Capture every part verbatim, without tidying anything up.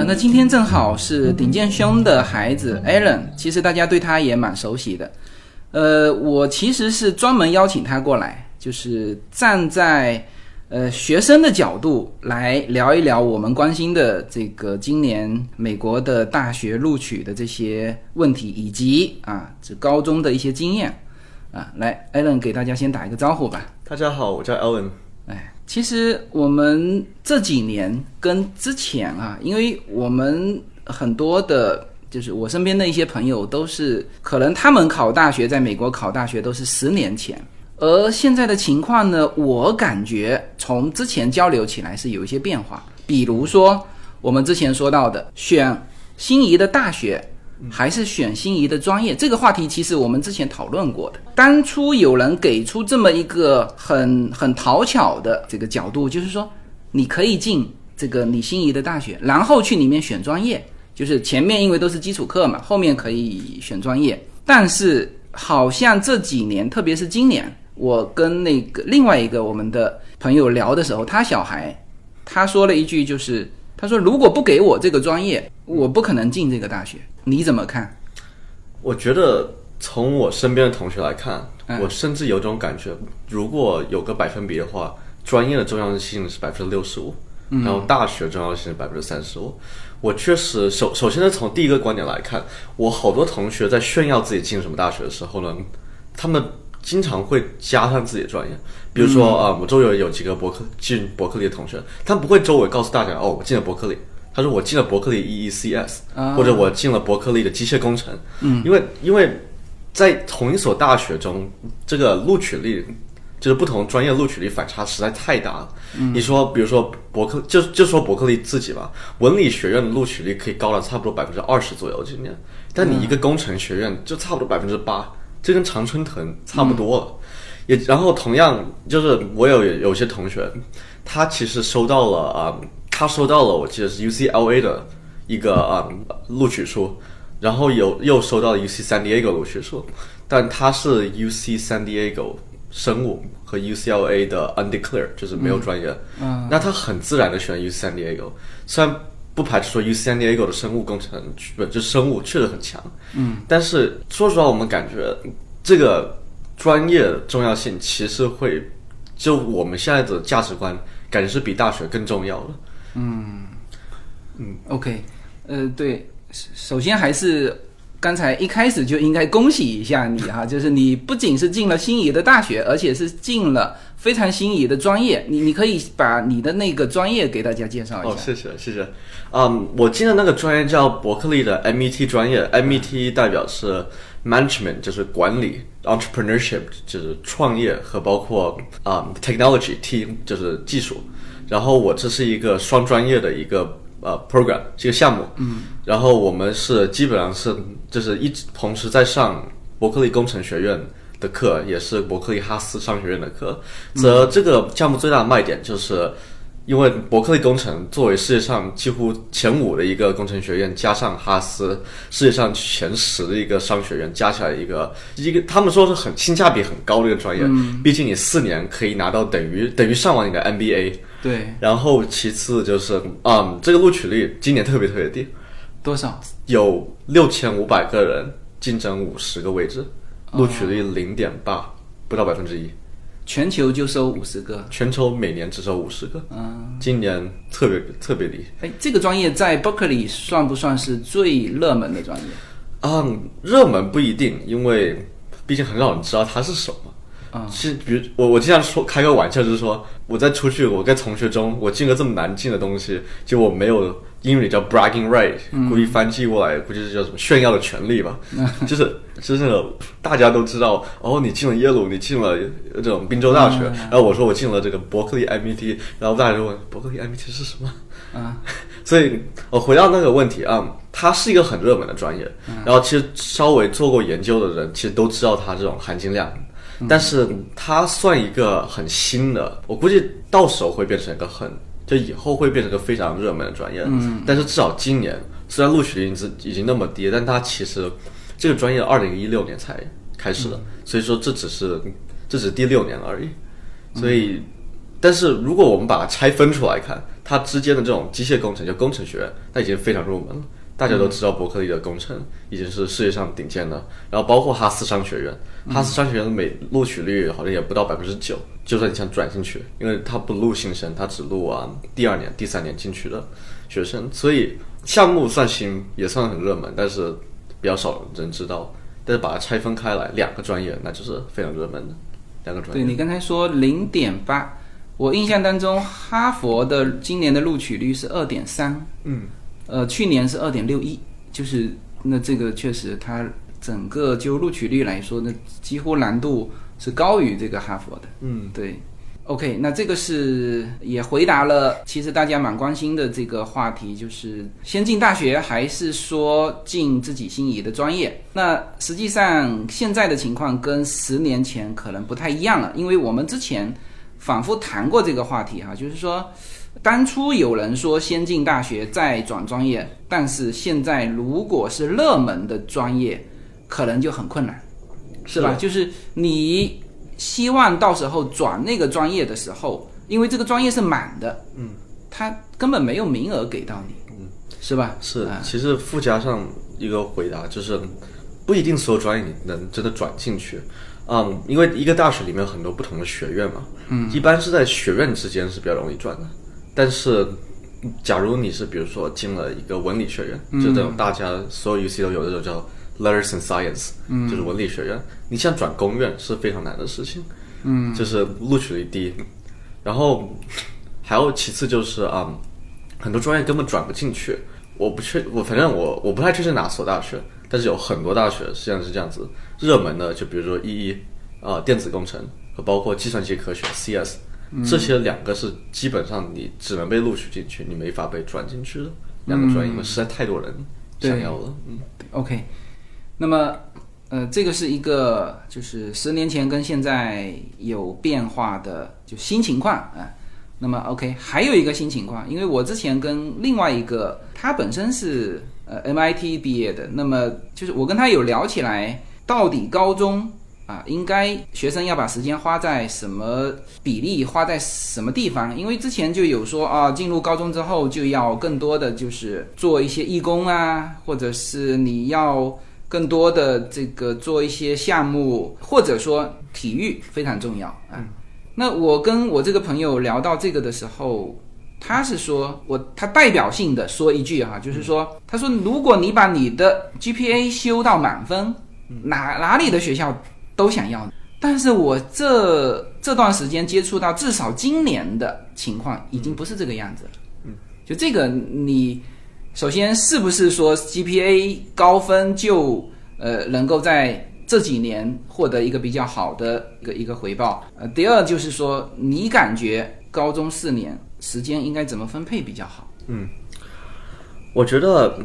呃，那今天正好是顶尖兄的孩子 Alan， 其实大家对他也蛮熟悉的。呃，我其实是专门邀请他过来，就是站在呃学生的角度来聊一聊我们关心的这个今年美国的大学录取的这些问题，以及啊这高中的一些经验啊。来 Alan 给大家先打一个招呼吧。 大家好，我叫 Alan。 哎，其实我们这几年跟之前啊，因为我们很多的，就是我身边的一些朋友都是，可能他们考大学，在美国考大学都是十年前，而现在的情况呢，我感觉从之前交流起来是有一些变化。比如说我们之前说到的，选心仪的大学还是选心仪的专业，这个话题其实我们之前讨论过的。当初有人给出这么一个很很讨巧的这个角度，就是说你可以进这个你心仪的大学，然后去里面选专业，就是前面因为都是基础课嘛，后面可以选专业。但是好像这几年，特别是今年，我跟那个另外一个我们的朋友聊的时候，他小孩他说了一句，就是他说如果不给我这个专业，我不可能进这个大学。你怎么看？ 我觉得从我身边的同学来看， 嗯、 我甚至有种感觉，如果有个百分比的话，专业的重要性是百分之六十五，然后大学重要性是百分之三十五。我确实首首先呢，从第一个观点来看，我好多同学在炫耀自己进什么大学的时候呢，他们经常会加上自己的专业。比如说啊、嗯呃，我周围有几个伯克进伯克利的同学，他们不会周围告诉大家哦，我进了伯克利。他说我进了伯克利 E E C S，、啊、或者我进了伯克利的机械工程。嗯，因为因为在同一所大学中，这个录取率就是不同专业录取率反差实在太大了。嗯，你说比如说伯克就就说伯克利自己吧，文理学院的录取率可以高到差不多百分之二十左右今年，但你一个工程学院就差不多百分之八，这跟常春藤差不多了。嗯、也然后同样就是我有有些同学，他其实收到了啊。嗯他收到了，我记得是 U C L A 的一个啊、嗯、录取书，然后有又收到了 U C San Diego 录取书，但他是 U C San Diego 生物和 U C L A 的 undeclared， 就是没有专业。嗯，嗯那他很自然的选 U C San Diego， 虽然不排除说 U C San Diego 的生物工程，不就生物确实很强。嗯，但是说实话，我们感觉这个专业的重要性其实会，就我们现在的价值观，感觉是比大学更重要的。 嗯嗯 ，OK， 呃，对，首先还是刚才一开始就应该恭喜一下你哈，就是你不仅是进了心仪的大学，而且是进了非常心仪的专业。你你可以把你的那个专业给大家介绍一下。 哦，谢谢谢谢。嗯，我进的那个专业叫伯克利的 M E T 专业 ，M E T 代表是 management， 就是管理 ，entrepreneurship 就是创业和包括啊、um, technology T 就是技术。然后我这是一个双专业的一个呃 program， 这个项目。嗯。然后我们是基本上是就是一直同时在上伯克利工程学院的课，也是伯克利哈斯商学院的课。则这个项目最大的卖点就是，因为伯克利工程作为世界上几乎前五的一个工程学院，加上哈斯世界上前十的一个商学院，加起来一个一个，他们说是很性价比很高的一个专业。嗯。毕竟你四年可以拿到等于等于上完你的 M B A。 对， 然后其次就是，嗯，这个录取率今年特别特别低， 多少？ 有六千五百个人竞争五十个位置，录取率零点八，不到百分之一。 全球就收五十个， 全球每年只收五十个，嗯，今年特别特别低。 哎，这个专业在 Berkeley 算不算是最热门的专业？ 嗯，热门不一定，因为毕竟很少人知道它是什么。啊，其实，比如我我经常说开个玩笑，就是说我在出去，我在同学中，我进个这么难进的东西，就我没有英语里叫 bragging right，、嗯、估计翻译过来估计是叫什么炫耀的权利吧，嗯、就是就是那个大家都知道，哦，你进了耶鲁，你进了这种宾州大学，嗯、然后我说我进了这个伯克利 M E T， 然后大家就问伯克利 M E T 是什么？啊、嗯，所以我回到那个问题啊、嗯，它是一个很热门的专业，嗯、然后其实稍微做过研究的人，其实都知道它这种含金量。但是它算一个很新的，我估计到时候会变成一个很，就以后会变成一个非常热门的专业。嗯，但是至少今年虽然录取率已经已经那么低，但它其实这个专业二零一六年才开始的，嗯、所以说这只是这只是第六年而已。所以，嗯、但是如果我们把它拆分出来看， 它之间的这种机械工程，就工程学院，它已经非常入门了。大家都知道伯克利的工程已经是世界上顶尖的，然后包括哈斯商学院，哈斯商学院的每录取率好像也不到百分之九，就算你想转进去，因为它不录新生，它只录啊第二年、第三年进去的学生，所以项目算新，也算很热门，但是比较少人知道。但是把它拆分开来，两个专业那就是非常热门的两个专业。 对，你刚才说零点八，我印象当中哈佛的今年的录取率是二点三， 嗯。 呃，去年是二点六一，就是那这个确实，它整个就录取率来说，那几乎难度是高于这个哈佛的。 嗯， 对。OK， 那这个是也回答了，其实大家蛮关心的这个话题，就是先进大学还是说进自己心仪的专业？那实际上现在的情况跟十年前可能不太一样了，因为我们之前反复谈过这个话题哈，就是说。当初有人说先进大学再转专业，但是现在如果是热门的专业，可能就很困难，是吧？是就是你希望到时候转那个专业的时候，因为这个专业是满的， 嗯， 他根本没有名额给到你， 嗯， 是吧？ 是，其实附加上一个回答就是，不一定所有专业你能真的转进去。嗯，因为一个大学里面有很多不同的学院嘛，嗯，一般是在学院之间是比较容易转的。但是，假如你是比如说进了一个文理学院，嗯、就这种大家所有 U C 都有这种叫 Letters and Science，嗯，就是文理学院，你想转公院是非常难的事情，嗯，就是录取率低，然后还有其次就是啊、嗯，很多专业根本转不进去。我不确，我反正我我不太确定哪所大学，但是有很多大学实际上是这样子，热门的就比如说 E E 啊、呃、电子工程和包括计算机科学 C S。这些两个是基本上你只能被录取进去，你没法被转进去的两个专业，因为实在太多人想要了。嗯 ，OK， 那么呃，这个是一个就是十年前跟现在有变化的就新情况啊、呃。那么 OK， 还有一个新情况，因为我之前跟另外一个他本身是呃 M I T 毕业的，那么就是我跟他有聊起来，到底高中。啊，应该学生要把时间花在什么比例，花在什么地方？因为之前就有说啊，进入高中之后就要更多的就是做一些义工啊，或者是你要更多的这个做一些项目，或者说体育非常重要啊。嗯、那我跟我这个朋友聊到这个的时候，他是说我他代表性的说一句哈、啊，就是说他说如果你把你的 G P A 修到满分，哪哪里的学校都想要，但是我这这段时间接触到，至少今年的情况已经不是这个样子了。嗯，就这个，你首先是不是说 G P A 高分就呃能够在这几年获得一个比较好的一个一个回报？呃，第二就是说，你感觉高中四年时间应该怎么分配比较好？ 嗯，我觉得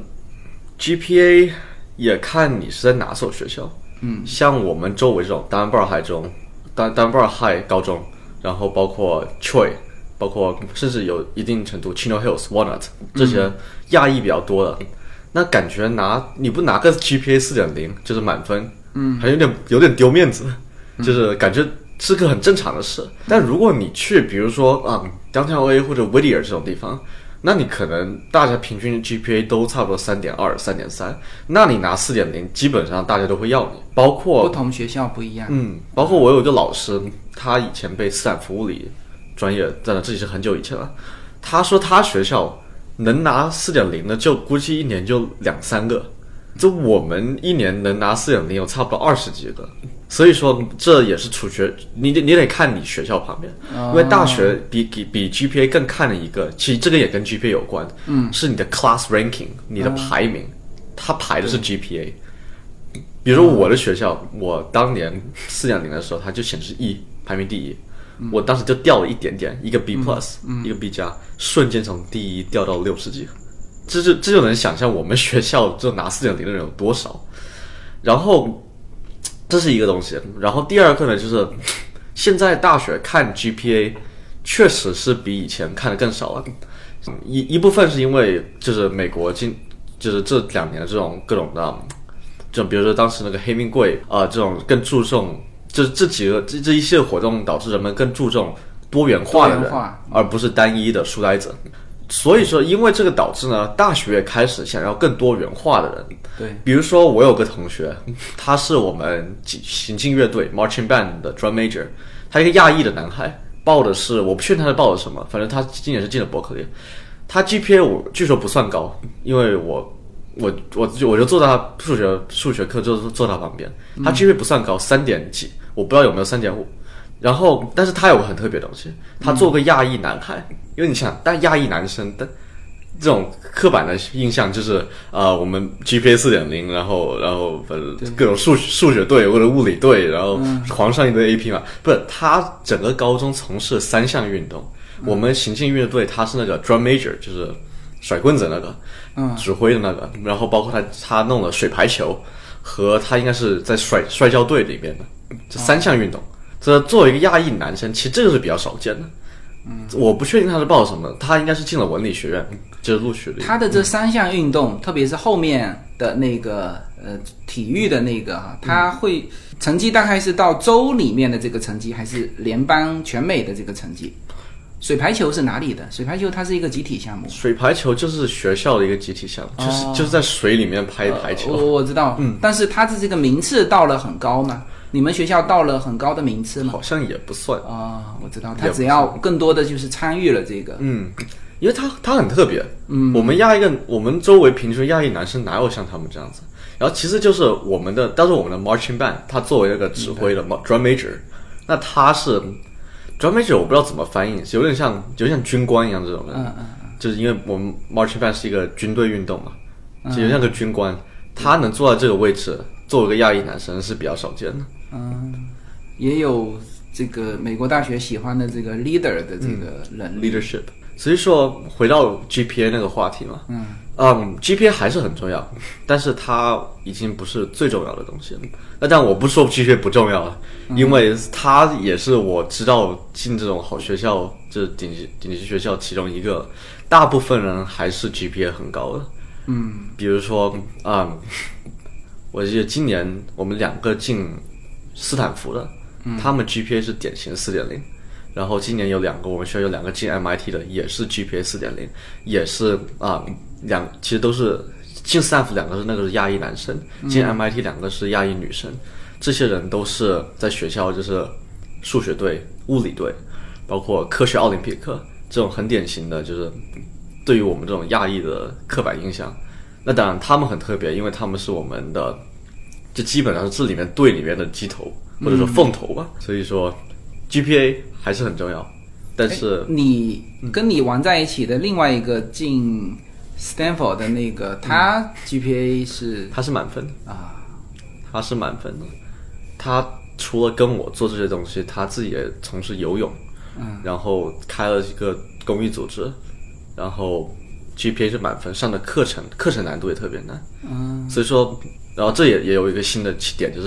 G P A 也看你是在哪所学校。嗯，像我们周围这种丹佛尔海中、丹丹佛尔海高中，然后包括 Troy， 包括甚至有一定程度 Chino Hills、Walnut 这些亚裔比较多的，嗯、那感觉拿你不拿个 G P A 四点零就是满分，嗯，还有点有点丢面子，就是感觉是个很正常的事。嗯、但如果你去比如说啊 Downtown L A 或者 Whittier 这种地方。那你可能大家平均 G P A 都差不多 三点二、三点三， 那你拿 四点零 基本上大家都会要你，包括不同学校不一样。 嗯，包括我有一个老师，他以前被斯坦福物理专业，当然这是很久以前了，他说他学校能拿 四点零 的就估计一年就两三个，就我们一年能拿 四点零 有差不多二十几个。所以说这也是处学，你得你得看你学校旁边，因为大学比比比 G P A 更看了一个，其实这个也跟 G P A 有关，嗯，是你的 class ranking， 你的排名，它排的是 G P A。比如说我的学校，我当年 四点零 的时候，它就显示 E 排名第一，我当时就掉了一点点，一个 B plus，一个 B 加，瞬间从第一掉到六十几，这就这就能想象我们学校就拿 四点零 的人有多少，然后。这是一个东西，然后第二个呢，就是现在大学看 G P A 确实是比以前看的更少了，一一部分是因为就是美国今就是这两年这种各种的，就比如说当时那个黑名贵啊、呃，这种更注重，就是这几个这这一系列活动导致人们更注重多元化的人，而不是单一的书呆子。 所以说因为这个导致呢，大学也开始想要更多元化的人。 对， 比如说我有个同学，他是我们行进乐队 marching band 的 drum major， 他一个亚裔的男孩，报的是我不确定他是报的什么，反正他今年是进了伯克利。他 G P A 我据说不算高，因为我我我就我就坐在他数学数学课就坐他旁边，他 G P A 不算高，三点几，我不知道有没有三点五。然后，但是他有个很特别的东西，他做个亚裔男孩，嗯、因为你想，但亚裔男生的这种刻板的印象就是呃，我们 G P A 四点零，然后然后呃各种数数学队或者物理队，然后狂上一堆 A P 嘛。不是，他整个高中从事三项运动。我们行进乐队他是那个 drum major， 就是甩棍子那个，嗯，指挥的那个，然后包括他他弄了水排球，和他应该是在摔摔跤队里面的这三项运动。这作为一个亚裔男生，其实这个是比较少见的。嗯，我不确定他是报什么，他应该是进了文理学院，就是录取的。 他的这三项运动，特别是后面的那个呃体育的那个哈，他会成绩大概是到州里面的这个成绩，还是联邦全美的这个成绩？水排球是哪里的？水排球它是一个集体项目。 水排球就是学校的一个集体项目，哦、就是就是在水里面拍排球。 呃、我我知道，嗯，但是它的这个名次到了很高吗？你们学校到了很高的名次吗？ 好像也不算啊、哦，我知道，他只要更多的就是参与了这个， 嗯，因为他他很特别，嗯，我们亚裔个我们周围平均亚裔男生哪有像他们这样子？然后其实就是我们的，当时我们的 marching band， 他作为那个指挥的 drum major， 那他是 drum major， 我不知道怎么翻译，有点像有点像军官一样这种人，嗯嗯嗯，就是因为我们 marching band 是一个军队运动嘛，就有点像个军官，他能坐在这个位置，作为一个亚裔男生是比较少见的。 嗯，也有这个美国大学喜欢的这个 leader 的这个人、 嗯、leadership。所以说回到 G P A 那个话题嘛，嗯嗯 ，G P A 还是很重要，但是它已经不是最重要的东西了。那但我不说 G P A 不重要了，因为它也是我知道进这种好学校，就是顶级顶级学校其中一个，大部分人还是 G P A 很高的。嗯，比如说啊、嗯，我记得今年我们两个进斯坦福的，嗯、他们 G P A 是典型 四点零， 然后今年有两个我们学校有两个进 M I T 的也是 G P A 四点零， 也是啊、呃、两其实都是进斯坦福两个是那个是亚裔男生，进 M I T 两个是亚裔女生，这些人都是在学校就是数学队、物理队，包括科学奥林匹克这种很典型的，就是对于我们这种亚裔的刻板印象。那当然他们很特别，因为他们是我们的就基本上是这里面队里面的鸡头或者说凤头吧，嗯、所以说 G P A 还是很重要。但是你跟你玩在一起的另外一个进 Stanford 的那个，嗯、他 G P A 是他是满分啊， 他是满分的。他除了跟我做这些东西，他自己也从事游泳，嗯，然后开了一个公益组织，然后 G P A 是满分，上的课程课程难度也特别难，嗯，所以说，然后这也也有一个新的起点，就是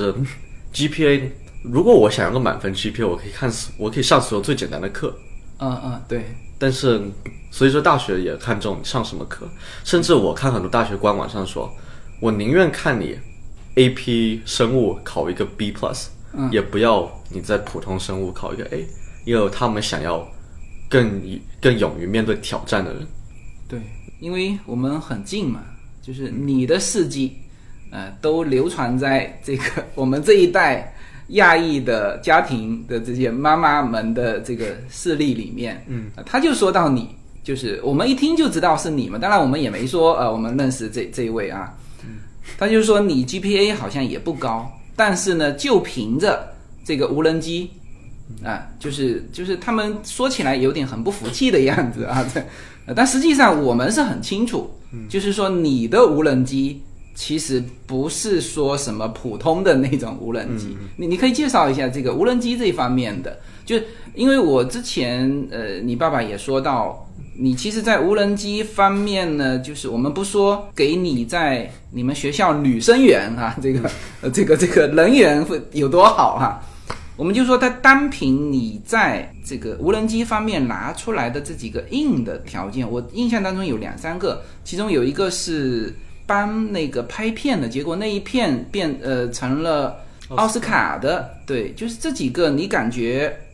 G P A。如果我想要个满分 G P A， 我可以看，我可以上所有最简单的课， 嗯嗯，对。 但是，所以说大学也看重你上什么课，甚至我看很多大学官网上说，我宁愿看你 A P 生物考一个 B plus，嗯，也不要你在普通生物考一个 A， 因为他们想要更更勇于面对挑战的人。 对，因为我们很近嘛，就是你的事迹，呃，都流传在这个我们这一代亚裔的家庭的这些妈妈们的这个事例里面，嗯，呃、他就说到你，就是我们一听就知道是你嘛。当然我们也没说呃我们认识这这一位啊，嗯，他就说你 G P A 好像也不高，但是呢，就凭着这个无人机。啊，就是就是他们说起来有点很不服气的样子啊，但实际上我们是很清楚，就是说你的无人机其实不是说什么普通的那种无人机，你你可以介绍一下这个无人机这一方面的，就因为我之前呃，你爸爸也说到，你其实在无人机方面呢，就是我们不说给你在你们学校女生缘啊，这个呃这个这个人缘有多好哈、啊。我们就说它单凭你在这个无人机方面拿出来的这几个硬的条件，我印象当中有两三个，其中有一个是帮那个拍片的，结果那一片变呃成了奥斯卡的，对，就是这几个你感觉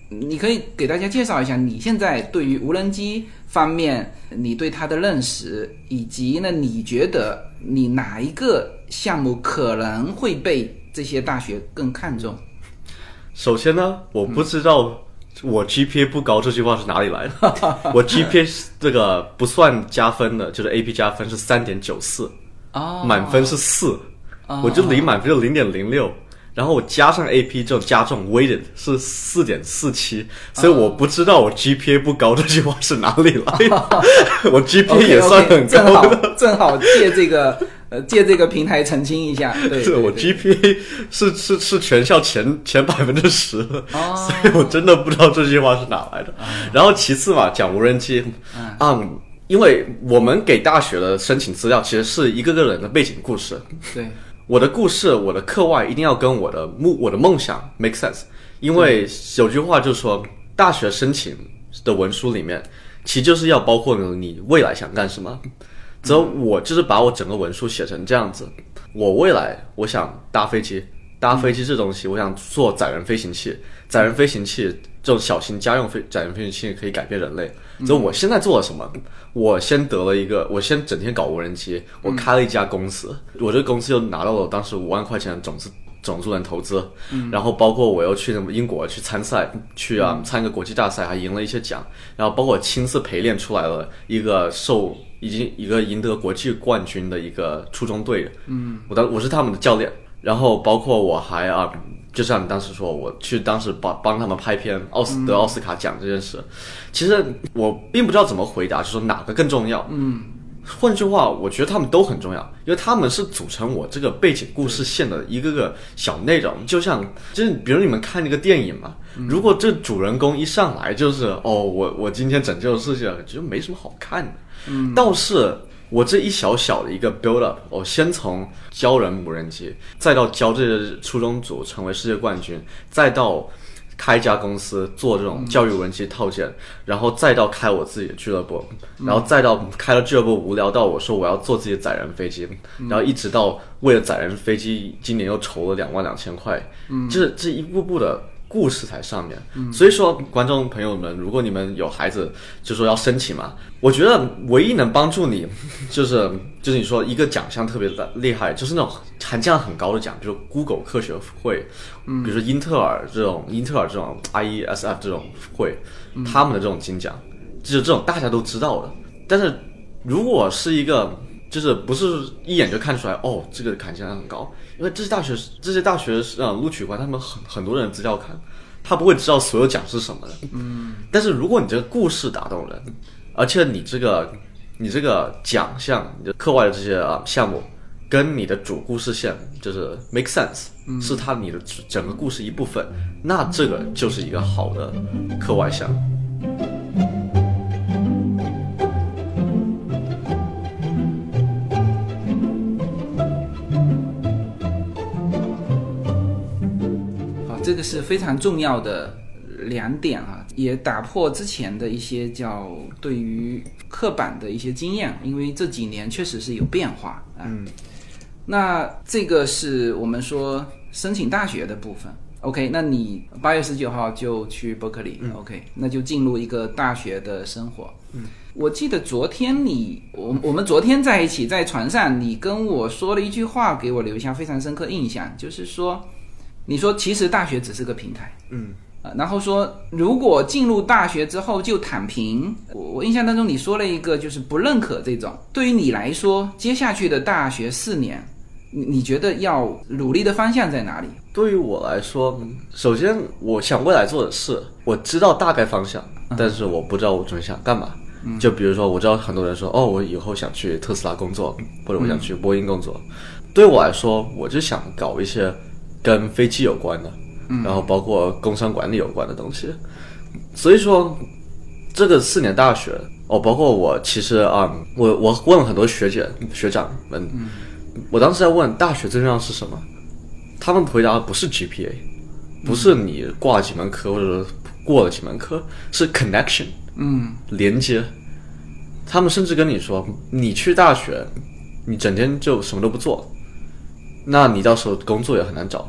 你可以给大家介绍一下你现在对于无人机方面你对它的认识，以及呢你觉得你哪一个项目可能会被这些大学更看重？ 首先呢，我不知道我 G P A 不高这句话是哪里来的。我 G P A 这个不算加分的，就是 A P 加分是 三点九四， 满分是四，我就离满分就 零点零六，然后我加上 A P 这种加重 weighted 是 四点四七， 所以我不知道我 G P A 不高这句话是哪里来的。我 G P A 也算很高的， okay, okay, 正好正好借这个呃借这个平台澄清一下。对， 是我 G P A 是是是全校前前百分之十的，所以我真的不知道这句话是哪来的。然后其次嘛，讲无人机，嗯。嗯因为我们给大学的申请资料其实是一个个人的背景故事， 对， 我的故事，我的课外一定要跟我的目我的梦想 make sense。因为有句话就是说，大学申请的文书里面，其实就是要包括你未来想干什么。只有我就是把我整个文书写成这样子，我未来我想搭飞机，搭飞机这东西，我想做载人飞行器，载人飞行器这种小型家用飞载人飞行器可以改变人类。所以我现在做了什么？我先得了一个，我先整天搞无人机，我开了一家公司，我这个公司又拿到了当时五万块钱的种子种子人投资，然后包括我又去英国去参赛，去啊参个国际大赛，还赢了一些奖，然后包括我亲自陪练出来了一个受已经一个赢得国际冠军的一个初中队，嗯，我当我是他们的教练，然后包括我还啊。就像你当时说，我去当时帮帮他们拍片，奥斯得奥斯卡奖这件事，其实我并不知道怎么回答，就是说哪个更重要。嗯，换句话，我觉得他们都很重要，因为他们是组成我这个背景故事线的一个个小内容。就像就是比如你们看那个电影嘛，如果这主人公一上来就是哦，我我今天拯救世界，就没什么好看的。嗯，倒是。我这一小小的一个 build up， 我先从教人无人机，再到教这些初中组成为世界冠军，再到开一家公司做这种教育无人机套件，然后再到开我自己的俱乐部，然后再到开了俱乐部无聊到我说我要做自己的载人飞机，然后一直到为了载人飞机今年又筹了两万两千块，这这一步步的故事才上面。所以说观众朋友们，如果你们有孩子就说要申请嘛，我觉得唯一能帮助你就是就是你说一个奖项特别的厉害，就是那种含金量很高的奖，比如 Google 科学会，比如说英特尔这种英特尔这种 I E S F 这种会，他们的这种金奖，就是这种大家都知道的。但是如果是一个就是不是一眼就看出来哦，这个含金量很高，因为这些大学这些大学呃录取官他们很很多人资料看，他不会知道所有奖是什么的。嗯，但是如果你这个故事打动人，而且你这个你这个奖项你的课外的这些啊项目跟你的主故事线就是 make sense，嗯，是它你的整个故事一部分，那这个就是一个好的课外项目。 这个是非常重要的两点啊，也打破之前的一些叫对于刻板的一些经验，因为这几年确实是有变化啊。嗯，那这个是我们说申请大学的部分。OK， 那你八月十九号就去伯克利，嗯，OK， 那就进入一个大学的生活。嗯，我记得昨天你我我们昨天在一起在船上，你跟我说了一句话，给我留下非常深刻印象，就是说。你说其实大学只是个平台，嗯，呃，然后说如果进入大学之后就躺平，我我印象当中你说了一个就是不认可这种。对于你来说，接下去的大学四年，你你觉得要努力的方向在哪里？ 对于我来说，首先我想未来做的事，我知道大概方向，但是我不知道我准备想干嘛。嗯，就比如说我知道很多人说，哦，我以后想去特斯拉工作，或者我想去波音工作。嗯，对我来说，我就想搞一些跟飞机有关的，然后包括工商管理有关的东西。所以说这个四年大学哦，包括我其实啊、嗯，我我问了很多学姐学长们，嗯，我当时在问大学最重要是什么，他们回答的不是 G P A， 不是你挂了几门课或者过了几门课，是 connection， 嗯，连接。他们甚至跟你说，你去大学，你整天就什么都不做，那你到时候工作也很难找到。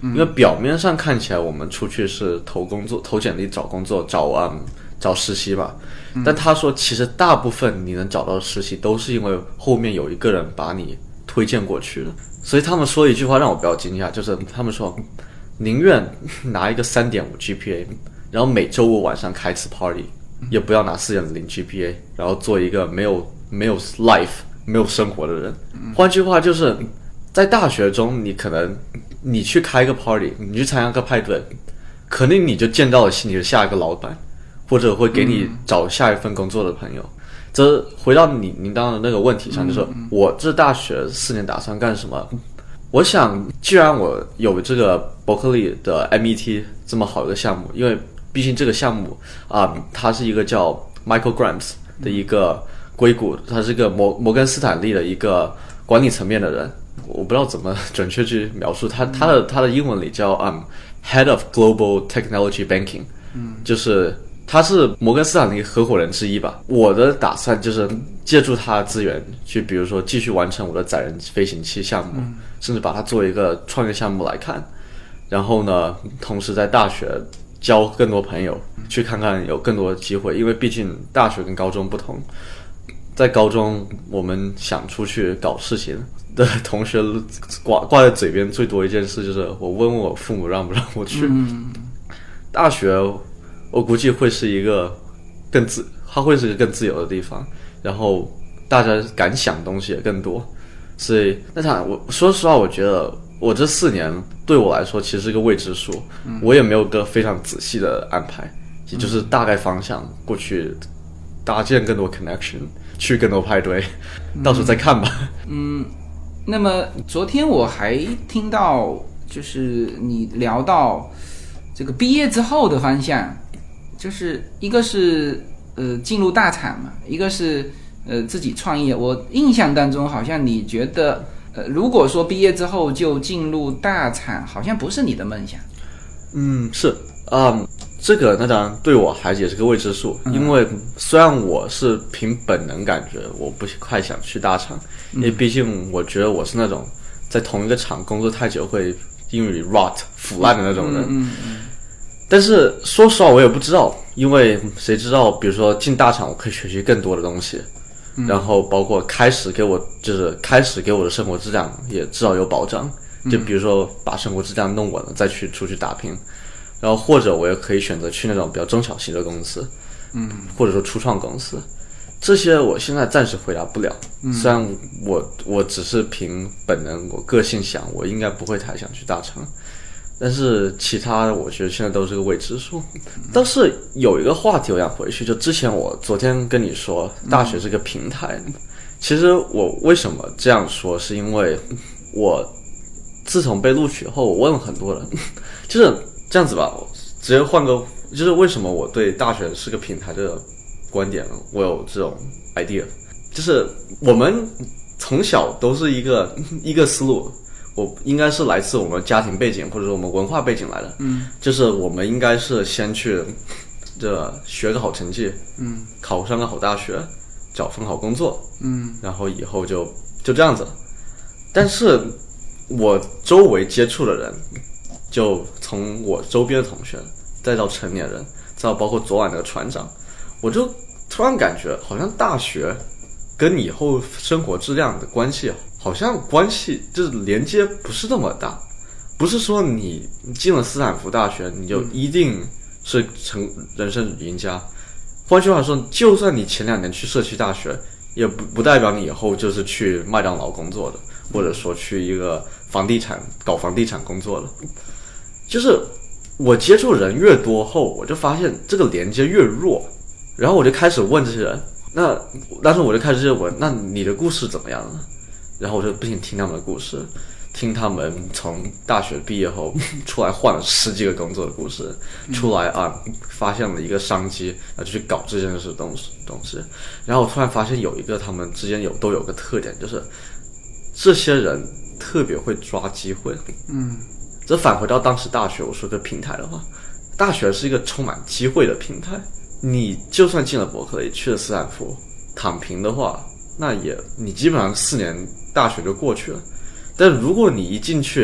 因为表面上看起来我们出去是投工作、投简历、找工作、找啊、嗯、找实习吧，但他说其实大部分你能找到实习都是因为后面有一个人把你推荐过去的。所以他们说一句话让我比较惊讶，就是他们说宁愿拿一个 三点五 G P A， 然后每周五晚上开次 party， 也不要拿 四点零 G P A， 然后做一个没有没有 life 没有生活的人。换句话就是在大学中你可能你去开一个 party， 你去参加个派对，可能你就见到了你的下一个老板，或者会给你找下一份工作的朋友。这回到你您刚刚的那个问题上，就是我这大学四年打算干什么？我想既然我有这个伯克利的 M E T 这么好的项目，因为毕竟这个项目啊、嗯，它是一个叫 Michael Grimes 的一个硅谷，他是个摩摩根斯坦利的一个管理层面的人，我不知道怎么准确去描述他，他的他的英文里叫嗯 Head of Global Technology Banking， 嗯，就是他是摩根斯坦利合伙人之一吧。我的打算就是借助他的资源去，比如说继续完成我的载人飞行器项目，嗯、甚至把它作为一个创业项目来看。然后呢，同时在大学交更多朋友，去看看有更多的机会，因为毕竟大学跟高中不同。在高中，我们想出去搞事情的同学挂挂在嘴边最多一件事就是我问问我父母让不让我去。嗯、大学我估计会是一个更自，它会是一个更自由的地方，然后大家敢想东西也更多。所以，那场我说实话，我觉得我这四年对我来说其实是个未知数，嗯、我也没有个非常仔细的安排，也就是大概方向过去搭建更多 connection， 去更多派对，到时候再看吧。 嗯，那么昨天我还听到，就是你聊到这个毕业之后的方向，就是一个是呃进入大厂嘛，一个是呃自己创业。我印象当中好像你觉得呃如果说毕业之后就进入大厂，好像不是你的梦想。 嗯，是啊、嗯，这个那当然对我还也是个未知数，嗯、因为虽然我是凭本能感觉我不太想去大厂，嗯、因为毕竟我觉得我是那种在同一个厂工作太久会英语 rot 腐烂的那种人。嗯嗯嗯，但是说实话我也不知道，因为谁知道比如说进大厂我可以学习更多的东西，嗯、然后包括开始给我就是开始给我的生活质量也至少有保障，就比如说把生活质量弄稳了再去出去打拼。然后或者我也可以选择去那种比较中小型的公司，嗯，或者说初创公司，这些我现在暂时回答不了。嗯、虽然我我只是凭本能，我个性想，我应该不会太想去大厂，但是其他的我觉得现在都是个未知数。但是有一个话题我想回去，就之前我昨天跟你说，大学是个平台。嗯、其实我为什么这样说，是因为我自从被录取后，我问了很多人，就是。这样子吧，直接换个，就是为什么我对大学是个平台的观点，我有这种 idea， 就是我们从小都是一个一个思路，我应该是来自我们家庭背景或者说我们文化背景来的，嗯，就是我们应该是先去这学个好成绩，嗯，考上个好大学，找份好工作，嗯，然后以后就就这样子。但是我周围接触的人。就从我周边的同学，再到成年人，再到包括昨晚那个船长，我就突然感觉好像大学跟你以后生活质量的关系，好像关系就是连接不是那么大。不是说你进了斯坦福大学你就一定是成人生赢家。换句话说，就算你前两年去社区大学，也不不代表你以后就是去麦当劳工作的，或者说去一个房地产搞房地产工作的。就是我接触人越多后，我就发现这个连接越弱，然后我就开始问这些人，那但是我就开始问，那你的故事怎么样呢？然后我就不停听他们的故事，听他们从大学毕业后出来换了十几个工作的故事，出来啊发现了一个商机，然后就去搞这件事东西东西。然后我突然发现有一个他们之间有都有个特点，就是这些人特别会抓机会。嗯。这返回到当时大学，我说个平台的话，大学是一个充满机会的平台。你就算进了伯克利，去了斯坦福，躺平的话，那也你基本上四年大学就过去了。但如果你一进去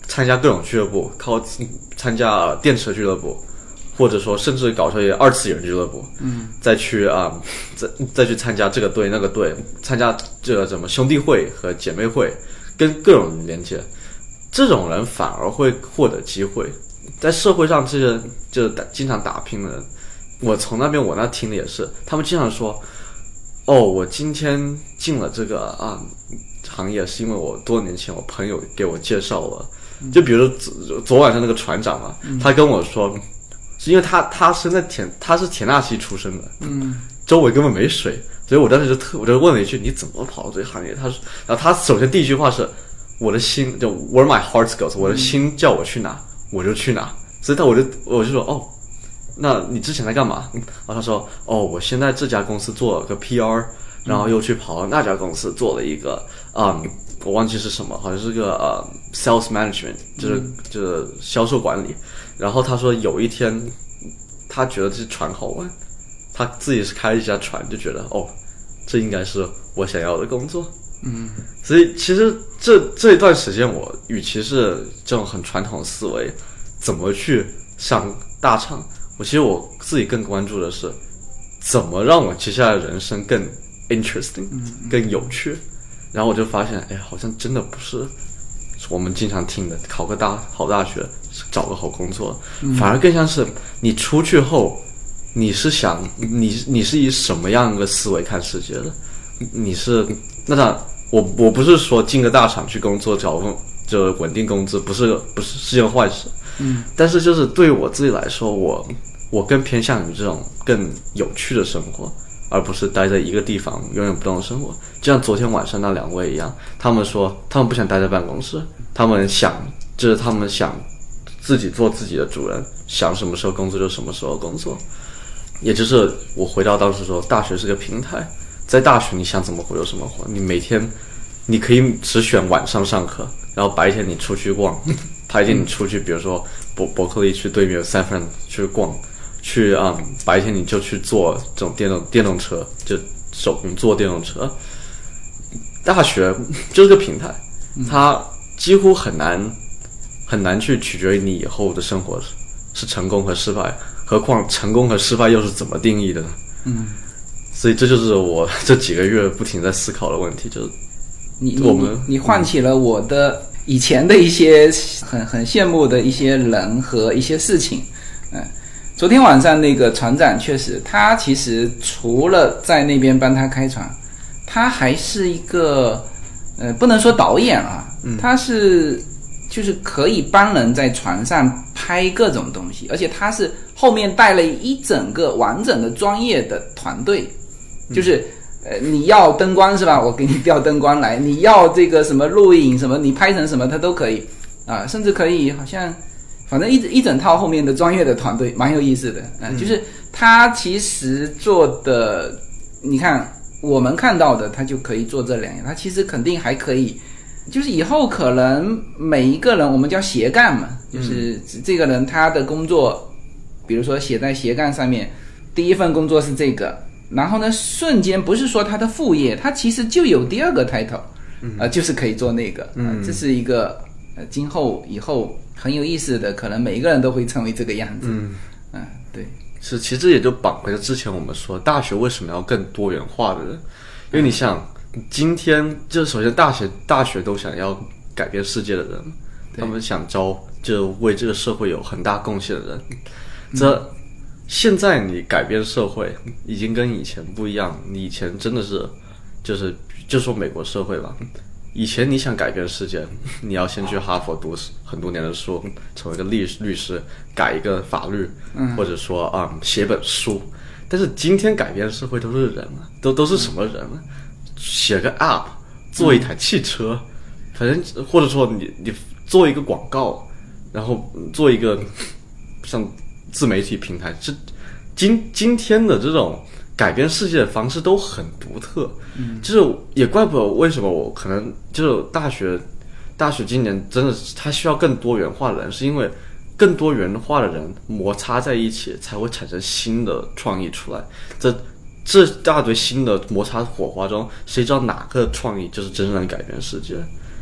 参加各种俱乐部，靠参加电车俱乐部，或者说甚至搞这些二次元俱乐部，嗯，再去啊、呃，再再去参加这个队那个队，参加这个什么兄弟会和姐妹会，跟各种连接，这种人反而会获得机会。在社会上，这些就是打经常打拼的人，我从那边我那听的也是，他们经常说，哦，我今天进了这个啊行业，是因为我多年前我朋友给我介绍了。就比如说昨晚上那个船长嘛，他跟我说，是因为他他生在田，他是田纳西出生的，嗯，周围根本没水，所以我当时就特我就问了一句，你怎么跑到这个行业？他说，然后他首先第一句话是，我的心就 where my heart goes， 我的心叫我去哪，我就去哪。所以他我就我就说，哦，那你之前在干嘛？然后他说，哦，我现在这家公司做了个 P R， 然后又去跑到那家公司做了一个啊。嗯我忘记是什么，好像是个呃 sales management， 就是、嗯、就是销售管理。然后他说有一天，他觉得这船好玩，他自己是开了一家船，就觉得哦，这应该是我想要的工作。嗯，所以其实这这一段时间，我与其是这种很传统的思维，怎么去上大厂，我其实我自己更关注的是，怎么让我接下来的人生更 interesting，、嗯、更有趣。然后我就发现，哎，好像真的不是我们经常听的考个大好大学，找个好工作，嗯、反而更像是你出去后，你是想你你是以什么样的思维看世界的？你是那当然，我我不是说进个大厂去工作找个就稳定工资，不是不是是件坏事，嗯，但是就是对于我自己来说，我我更偏向于这种更有趣的生活。而不是待在一个地方永远不动的生活，就像昨天晚上那两位一样，他们说他们不想待在办公室，他们想就是他们想自己做自己的主人，想什么时候工作就什么时候工作。也就是我回到当时说，大学是个平台，在大学你想怎么活就怎么活，你每天你可以只选晚上上课，然后白天你出去逛，白天你出去比如说伯伯克利去对面三藩去逛。去啊、嗯，白天你就去坐这种电动电动车，就手工坐电动车。大学就是个平台，它几乎很难很难去取决于你以后的生活是成功和失败，何况成功和失败又是怎么定义的呢？嗯，所以这就是我这几个月不停在思考的问题，就是你我们你唤起了我的以前的一些很很羡慕的一些人和一些事情，嗯。昨天晚上那个船长确实，他其实除了在那边帮他开船，他还是一个呃，不能说导演啊，嗯、他是就是可以帮人在船上拍各种东西，而且他是后面带了一整个完整的专业的团队，就是呃，你要灯光是吧？我给你调灯光来，你要这个什么录影什么，你拍成什么他都可以啊，甚至可以好像。反正一一整套后面的专业的团队蛮有意思的，嗯、呃，就是他其实做的，你看我们看到的，他就可以做这两样，他其实肯定还可以，就是以后可能每一个人我们叫斜杠嘛，就是这个人他的工作，比如说写在斜杠上面，第一份工作是这个，然后呢瞬间不是说他的副业，他其实就有第二个 title， 呃，就是可以做那个，呃、这是一个呃今后以后。很有意思的，可能每一个人都会成为这个样子。嗯，嗯，对， 是，其实也就绑回了之前我们说，大学为什么要更多元化的人？因为你想，今天就首先大学大学都想要改变世界的人，他们想招就为这个社会有很大贡献的人。这、嗯、现在你改变社会已经跟以前不一样，你以前真的是就是就说美国社会吧。以前你想改变世界，你要先去哈佛读很多年的书，成为一个律律师，改一个法律，嗯、或者说啊、嗯、写本书。但是今天改变社会都是人啊，都都是什么人啊？写个 app， 做一台汽车，嗯、反正或者说你你做一个广告，然后做一个像自媒体平台，这今今天的这种。改变世界的方式都很独特，嗯，就是也怪不得为什么我可能就是大学，大学今年真的它需要更多元化的人，是因为更多元化的人摩擦在一起，才会产生新的创意出来。这这大堆新的摩擦火花中，谁知道哪个创意就是真正能改变世界？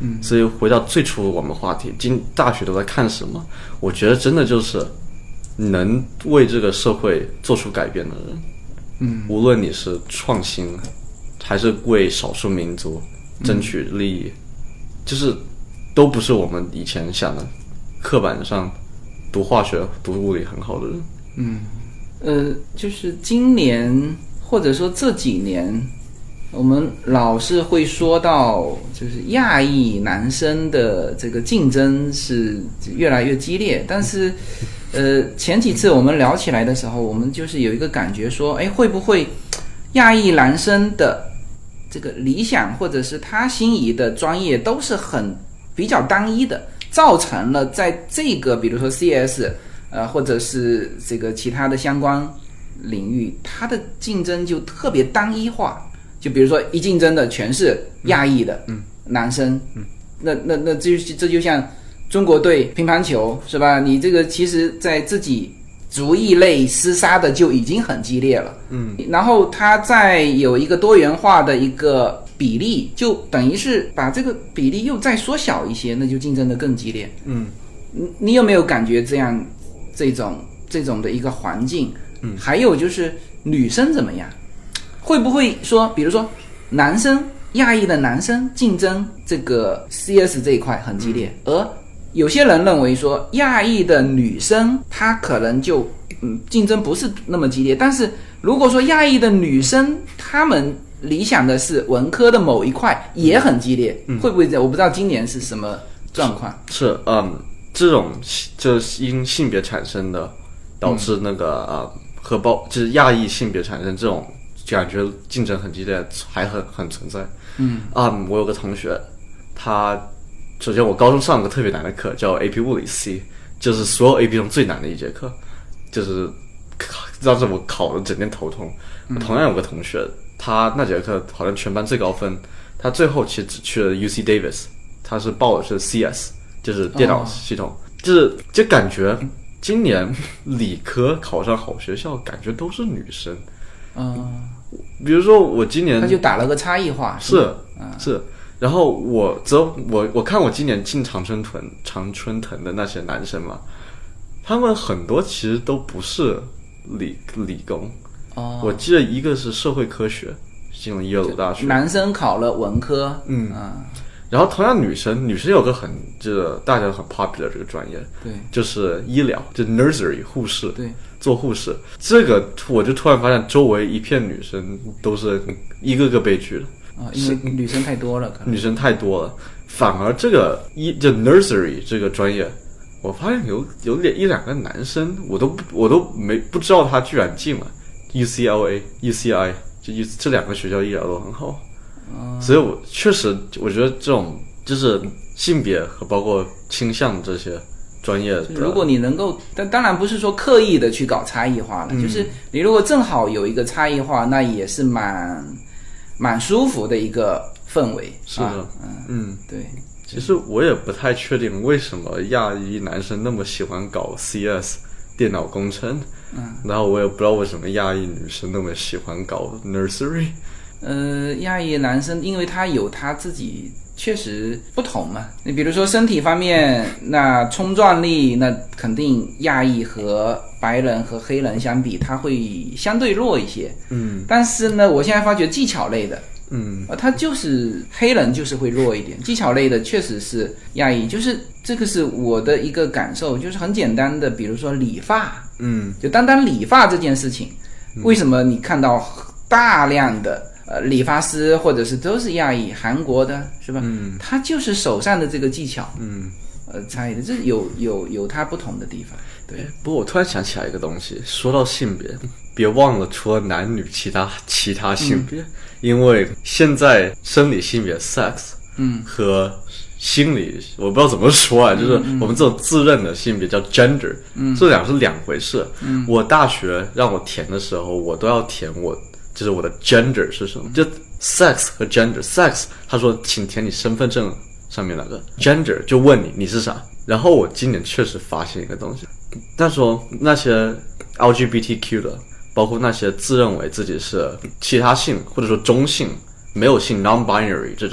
嗯，所以回到最初我们话题，今大学都在看什么？我觉得真的就是能为这个社会做出改变的人，嗯，无论你是创新还是为少数民族争取利益，嗯、就是都不是我们以前想的课本上读化学、读物理很好的人。 嗯，呃，就是今年或者说这几年。我们老是会说到，就是亚裔男生的这个竞争是越来越激烈，但是，呃，前几次我们聊起来的时候，我们就是有一个感觉说，哎，会不会亚裔男生的这个理想或者是他心仪的专业都是很比较单一的，造成了在这个比如说 C S 呃或者是这个其他的相关领域，它的竞争就特别单一化。就比如说一竞争的全是亚裔的男生，嗯嗯、那那那这就这就像中国队乒乓球是吧？你这个其实在自己族裔类厮杀的就已经很激烈了，嗯，然后它再有一个多元化的一个比例，就等于是把这个比例又再缩小一些，那就竞争的更激烈，嗯，你有没有感觉这样这种这种的一个环境？嗯，还有就是女生怎么样？会不会说，比如说男生亚裔的男生竞争这个 C S 这一块很激烈，嗯、而有些人认为说亚裔的女生她可能就嗯竞争不是那么激烈，但是如果说亚裔的女生她们理想的是文科的某一块也很激烈，嗯、会不会这样？我不知道今年是什么状况。 是, 是嗯，这种就是因性别产生的，导致那个、嗯、呃和包就是亚裔性别产生这种。感觉竞争很激烈，还很很存在。嗯啊、um, 我有个同学，他首先我高中上了个特别难的课，叫 A P 物理 C， 就是所有 A P 中最难的一节课，就是让着我考的整天头痛。嗯、我同样有个同学，他那节课好像全班最高分，他最后其实只去了 U C Davis， 他是报的是 C S， 就是电脑系统，哦、就是就感觉今年理科考上好学校，感觉都是女生。 嗯， 比如说我今年他就打了个差异化， 是是，嗯、是，然后我则我我看我今年进常春藤常春藤的那些男生嘛，他们很多其实都不是理理工，哦，我记得一个是社会科学进了耶鲁大学， 男生考了文科， 嗯啊。然后同样女生，女生有个很就是大家很 popular 这个专业， 对， 就是医疗，就 nursery 护士， 对， 做护士。这个我就突然发现周围一片女生都是一个个被拒的啊、哦，因为女生太多了，可能女生太多了，反而这个一就 nursery 这个专业，我发现有有点一两个男生，我都我都没不知道他居然进了 U C L A、U C I， 这这两个学校医疗都很好。所以我确实我觉得这种就是性别和包括倾向这些专业的， 如果你能够，但当然不是说刻意的去搞差异化了，嗯、就是你如果正好有一个差异化，那也是蛮蛮舒服的一个氛围。 是的， 啊、嗯嗯， 对。 其实我也不太确定为什么亚裔男生那么喜欢搞 C S 电脑工程，嗯，然后我也不知道为什么亚裔女生那么喜欢搞 nursery。 呃，亚裔男生因为他有他自己确实不同嘛，你比如说身体方面，那冲撞力那肯定亚裔和白人和黑人相比他会相对弱一些，嗯，但是呢我现在发觉技巧类的，嗯，他就是黑人就是会弱一点，技巧类的确实是亚裔，就是这个是我的一个感受，就是很简单的，比如说理发，嗯，就单单理发这件事情，为什么你看到大量的呃，理发师或者是都是亚裔，韩国的是吧？嗯，他就是手上的这个技巧，嗯，呃，差异的，这有有有它不同的地方。对， 不过我突然想起来一个东西，说到性别，别忘了除了男女，其他其他性别，嗯、因为现在生理性别 sex， 嗯，和心理我不知道怎么说啊，就是我们这种自认的性别叫 gender， 嗯，这两是两回事。嗯，我大学让我填的时候，我都要填我。就是我的 gender 是什么？就 sex 和 gender。sex 他说请填你身份证上面那个 gender， 就问你你是啥。然后我今年确实发现一个东西，他说那些 L G B T Q 的，包括那些自认为自己是其他性或者说中性、没有性 non-binary 这种，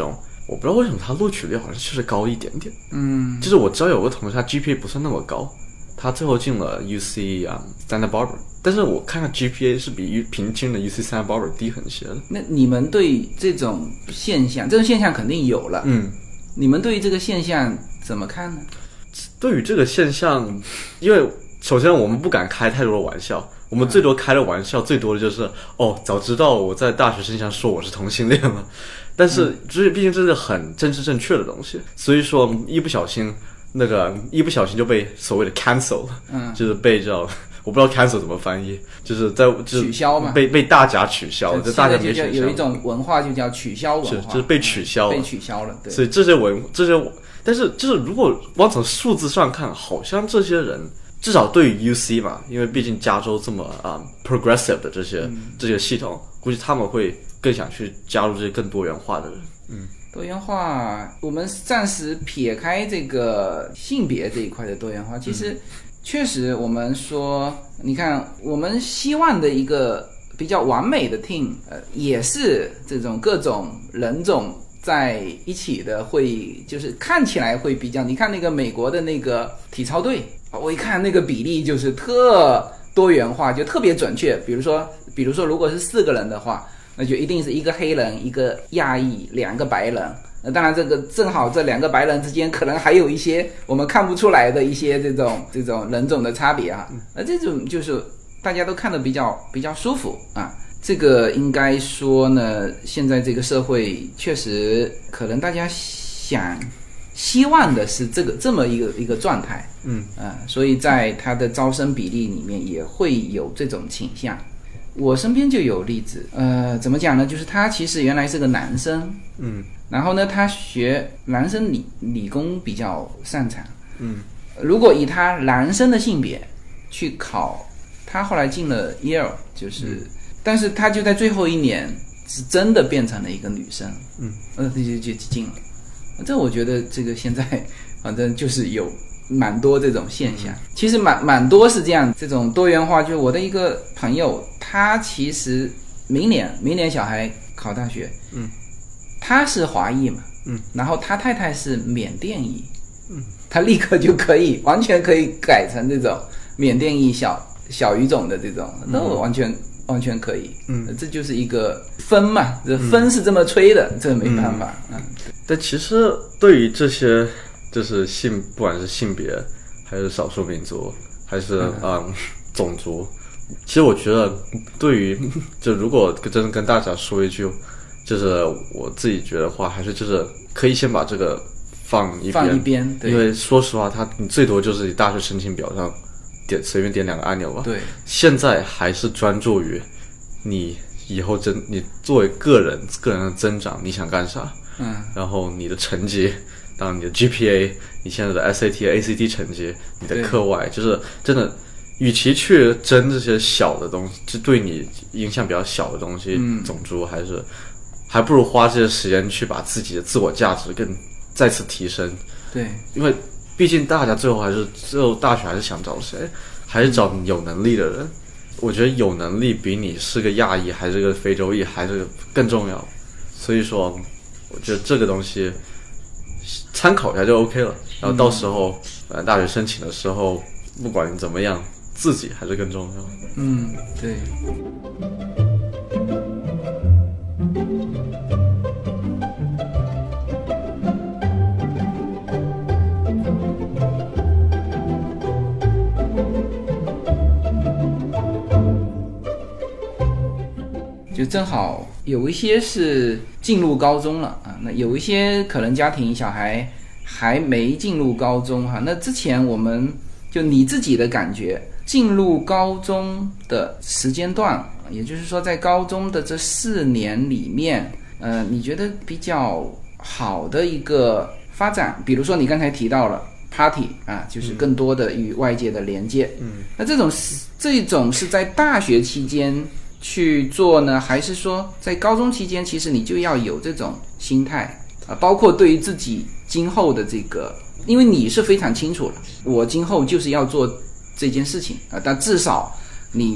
我不知道为什么他录取率好像确实高一点点。 嗯， 就是我知道有个同学他 G P A 不算那么高，他最后进了 U C 啊、um, Santa Barbara， 但是我看看 G P A 是比平均的 U C Santa Barbara 低很些的。 那你们对这种现象，这种现象肯定有了， 嗯， 你们对于这个现象怎么看呢？ 对于这个现象，因为首先我们不敢开太多的玩笑，我们最多开的玩笑最多的就是、嗯、哦，早知道我在大学生上说我是同性恋了。但是这毕竟这是很政治正确的东西，所以说一不小心那个一不小心就被所谓的 cancel 了，嗯，就是被叫我不知道 cancel 怎么翻译，就是在就是取消嘛， 被被大家取消了，就大家没取消。 有一种文化就叫取消文化， 是就是被取消了， 被取消了。对， 所以这些文这些，但是就是如果往从数字上看，好像这些人至少对于 U C 嘛，因为毕竟加州这么啊、um, progressive 的这些、嗯、这些系统，估计他们会更想去加入这些更多元化的人。嗯， 多元化，我们暂时撇开这个性别这一块的多元化，其实确实我们说，你看我们希望的一个比较完美的 team， 呃，也是这种各种人种在一起的，会就是看起来会比较，你看那个美国的那个体操队，我一看那个比例就是特多元化，就特别准确。比如说，比如说如果是四个人的话，那就一定是一个黑人，一个亚裔，两个白人。那当然，这个正好这两个白人之间可能还有一些我们看不出来的一些这种这种人种的差别啊。那这种就是大家都看得比较比较舒服啊。这个应该说呢，现在这个社会确实可能大家想希望的是这个这么一个一个状态， 嗯啊，所以在他的招生比例里面也会有这种倾向。我身边就有例子，呃，怎么讲呢？就是他其实原来是个男生， 嗯， 然后呢，他学男生理理工比较擅长， 嗯， 如果以他男生的性别去考，他后来进了 Yale， 就是。嗯，但是他就在最后一年是真的变成了一个女生， 嗯， 呃，就就进了。这我觉得这个现在反正就是有蛮多这种现象，嗯、其实蛮蛮多是这样，这种多元化。就是我的一个朋友，他其实明年明年小孩考大学， 嗯， 他是华裔嘛， 嗯， 然后他太太是缅甸裔， 嗯， 他立刻就可以完全可以改成这种缅甸裔小小语种的这种，那我完全。完全可以， 嗯， 这就是一个分嘛，这分是这么吹的，嗯、这没办法，嗯。嗯， 但其实对于这些，就是性，不管是性别，还是少数民族，还是嗯, 嗯种族，其实我觉得，对于就如果真的跟大家说一句，就是我自己觉得的话，还是就是可以先把这个放一边， 放一边，对， 因为说实话，它你最多就是你大学申请表上。点随便点两个按钮吧。 对， 现在还是专注于你以后真你作为个人个人的增长，你想干啥？ 嗯， 然后你的成绩，当然你的 G P A， 你现在的 S A T、A C T 成绩，你的课外，就是真的，与其去争这些小的东西，就对你影响比较小的东西， 嗯， 种族还是还不如花这些时间去把自己的自我价值更再次提升。 对， 因为。毕竟大家最后还是最后大学还是想找谁，还是找有能力的人。我觉得有能力比你是个亚裔还是个非洲裔还是更重要。所以说，我觉得这个东西参考一下就 OK 了。然后到时候呃大学申请的时候，不管你怎么样，自己还是更重要。 嗯，对。就正好有一些是进入高中了啊，那有一些可能家庭小孩还没进入高中哈、啊。那之前我们就你自己的感觉，进入高中的时间段，也就是说在高中的这四年里面，呃，你觉得比较好的一个发展，比如说你刚才提到了 party 啊，就是更多的与外界的连接， 嗯， 那这种是这种是在大学期间去做呢，还是说在高中期间其实你就要有这种心态啊？包括对于自己今后的这个，因为你是非常清楚了，我今后就是要做这件事情啊，但至少你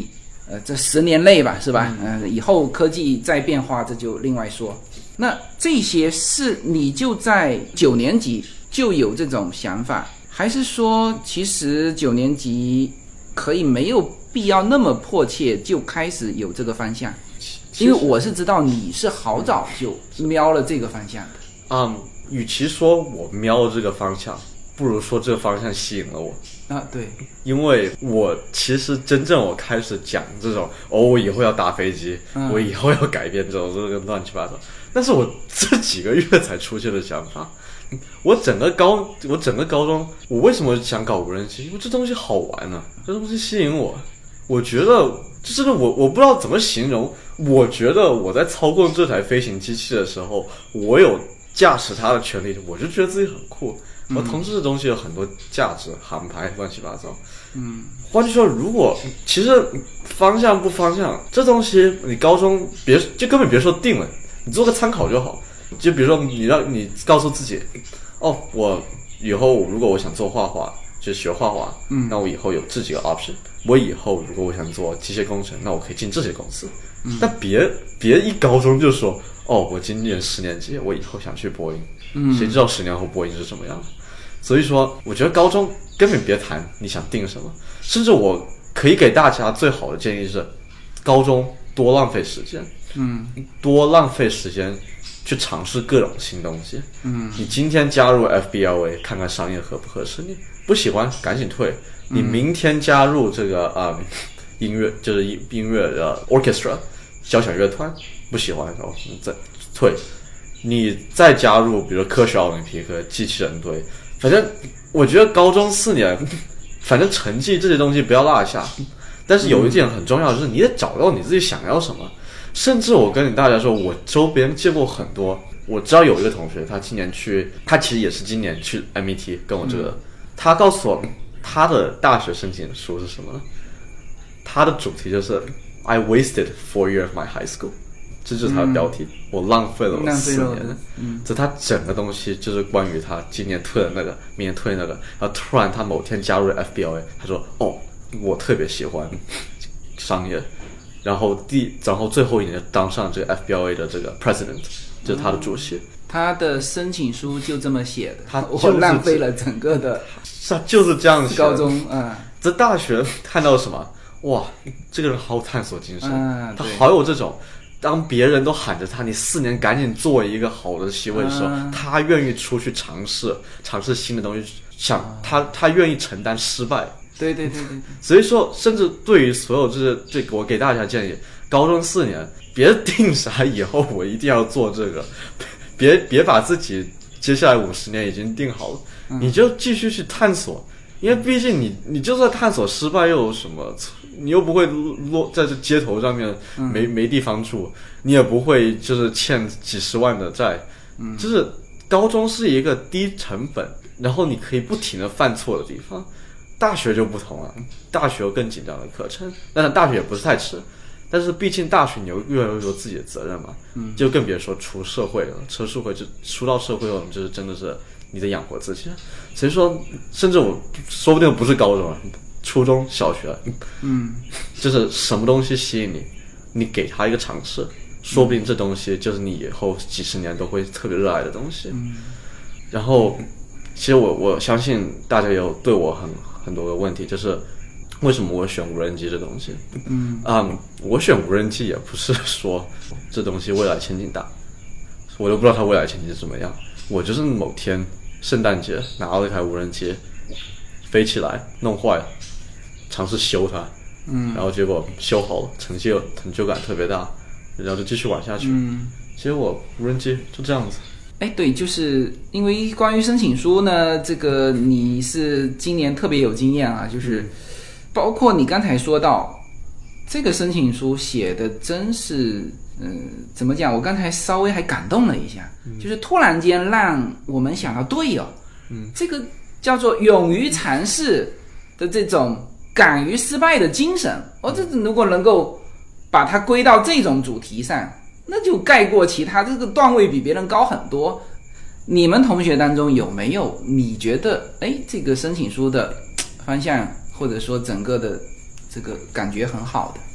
呃这十年内吧，是吧？嗯、呃，以后科技再变化，这就另外说。那这些是你就在九年级就有这种想法，还是说其实九年级可以没有必要那么迫切就开始有这个方向？因为我是知道你是好早就瞄了这个方向的。 嗯，与其说我瞄了这个方向，不如说这个方向吸引了我。 啊，对， 因为我其实真正我开始讲这种哦，我以后要打飞机，嗯、我以后要改变这种这个乱七八糟，但是我这几个月才出现的想法。我整个高，我整个高中，我为什么想搞无人机？因为这东西好玩呢、啊，这东西吸引我。我觉得这个我我不知道怎么形容。我觉得我在操控这台飞行机器的时候，我有驾驶它的权利，我就觉得自己很酷。我同时这东西有很多价值，航拍乱七八糟。嗯，换句说，如果其实方向不方向，这东西你高中别就根本别说定了，你做个参考就好。就比如说你让你告诉自己，哦，我以后如果我想做画画，就学画画，嗯，那我以后有这几个 option。我以后如果我想做机械工程，那我可以进这些公司。嗯，但别别一高中就说，哦，我今年十年级，我以后想去波音。嗯，谁知道十年后波音是怎么样的？所以说，我觉得高中根本别谈你想定什么，甚至我可以给大家最好的建议是，高中多浪费时间，嗯，多浪费时间去尝试各种新东西。嗯，你今天加入 F B L A 看看商业合不合适你，不喜欢赶紧退。你明天加入这个啊、嗯、音乐就是音音乐的 orchestra 交响乐团，不喜欢哦，你再退。你再加入比如科学奥林匹克、机器人队，反正我觉得高中四年，反正成绩这些东西不要落下。但是有一点很重要的是，你得找到你自己想要什么。甚至我跟你大家说，我周边见过很多，我知道有一个同学，他今年去，他其实也是今年去 M I T 跟我这个，嗯、他告诉我他的大学申请书是什么呢？他的主题就是 I wasted four years of my high school。这就是他的标题，嗯、我浪费了我四年。嗯，这他整个东西就是关于他今年退了那个，明年退那个，然后突然他某天加入了 F B L A， 他说：“哦，我特别喜欢商业。”然后第，然后最后一年当上这个 F B L A 的这个 president， 就是他的主席。嗯、 他的申请书就这么写的，他我浪费了整个的， 他就是这样写的。 高中啊， 嗯、这大学看到什么？哇，这个人好有探索精神， 嗯、 他好有这种。当别人都喊着他，你四年赶紧做一个好的机会的时候，啊、他愿意出去尝试，尝试新的东西，想、啊、他他愿意承担失败。 对对对对。 所以说，甚至对于所有这些，这个我给大家建议，高中四年别定啥以后我一定要做这个，别别把自己接下来五十年已经定好了，嗯、你就继续去探索。因为毕竟你你就算探索失败又有什么？你又不会落在这街头上面没、嗯、没地方住，你也不会就是欠几十万的债。嗯，就是高中是一个低成本，然后你可以不停的犯错的地方。大学就不同了，大学有更紧张的课程，当然大学也不是太迟，但是毕竟大学你有越来越有自己的责任嘛。嗯，就更别说出社会了，出社会就出到社会后，就是真的是你得养活自己。所以说，甚至我说不定不是高中了。初中小学，嗯，就是什么东西吸引你，你给他一个尝试，说不定这东西就是你以后几十年都会特别热爱的东西。嗯，然后其实我我相信大家有对我很很多个问题，就是为什么我选无人机这东西？嗯啊、嗯，我选无人机也不是说这东西未来前景大，我都不知道它未来前景是怎么样。我就是某天圣诞节拿了一台无人机飞起来弄坏了。尝试修它，嗯，然后结果修好了，成就成就感特别大，然后就继续玩下去。嗯，其实我无人机就这样子。 哎，对，就是因为关于申请书呢，这个你是今年特别有经验啊，就是包括你刚才说到这个申请书写的真是，嗯、呃，怎么讲？我刚才稍微还感动了一下，嗯、就是突然间让我们想到，对哦，嗯，这个叫做勇于尝试的这种。敢于失败的精神，哦，这如果能够把它归到这种主题上，那就盖过其他，这个段位比别人高很多。你们同学当中有没有你觉得，哎，这个申请书的方向或者说整个的这个感觉很好的？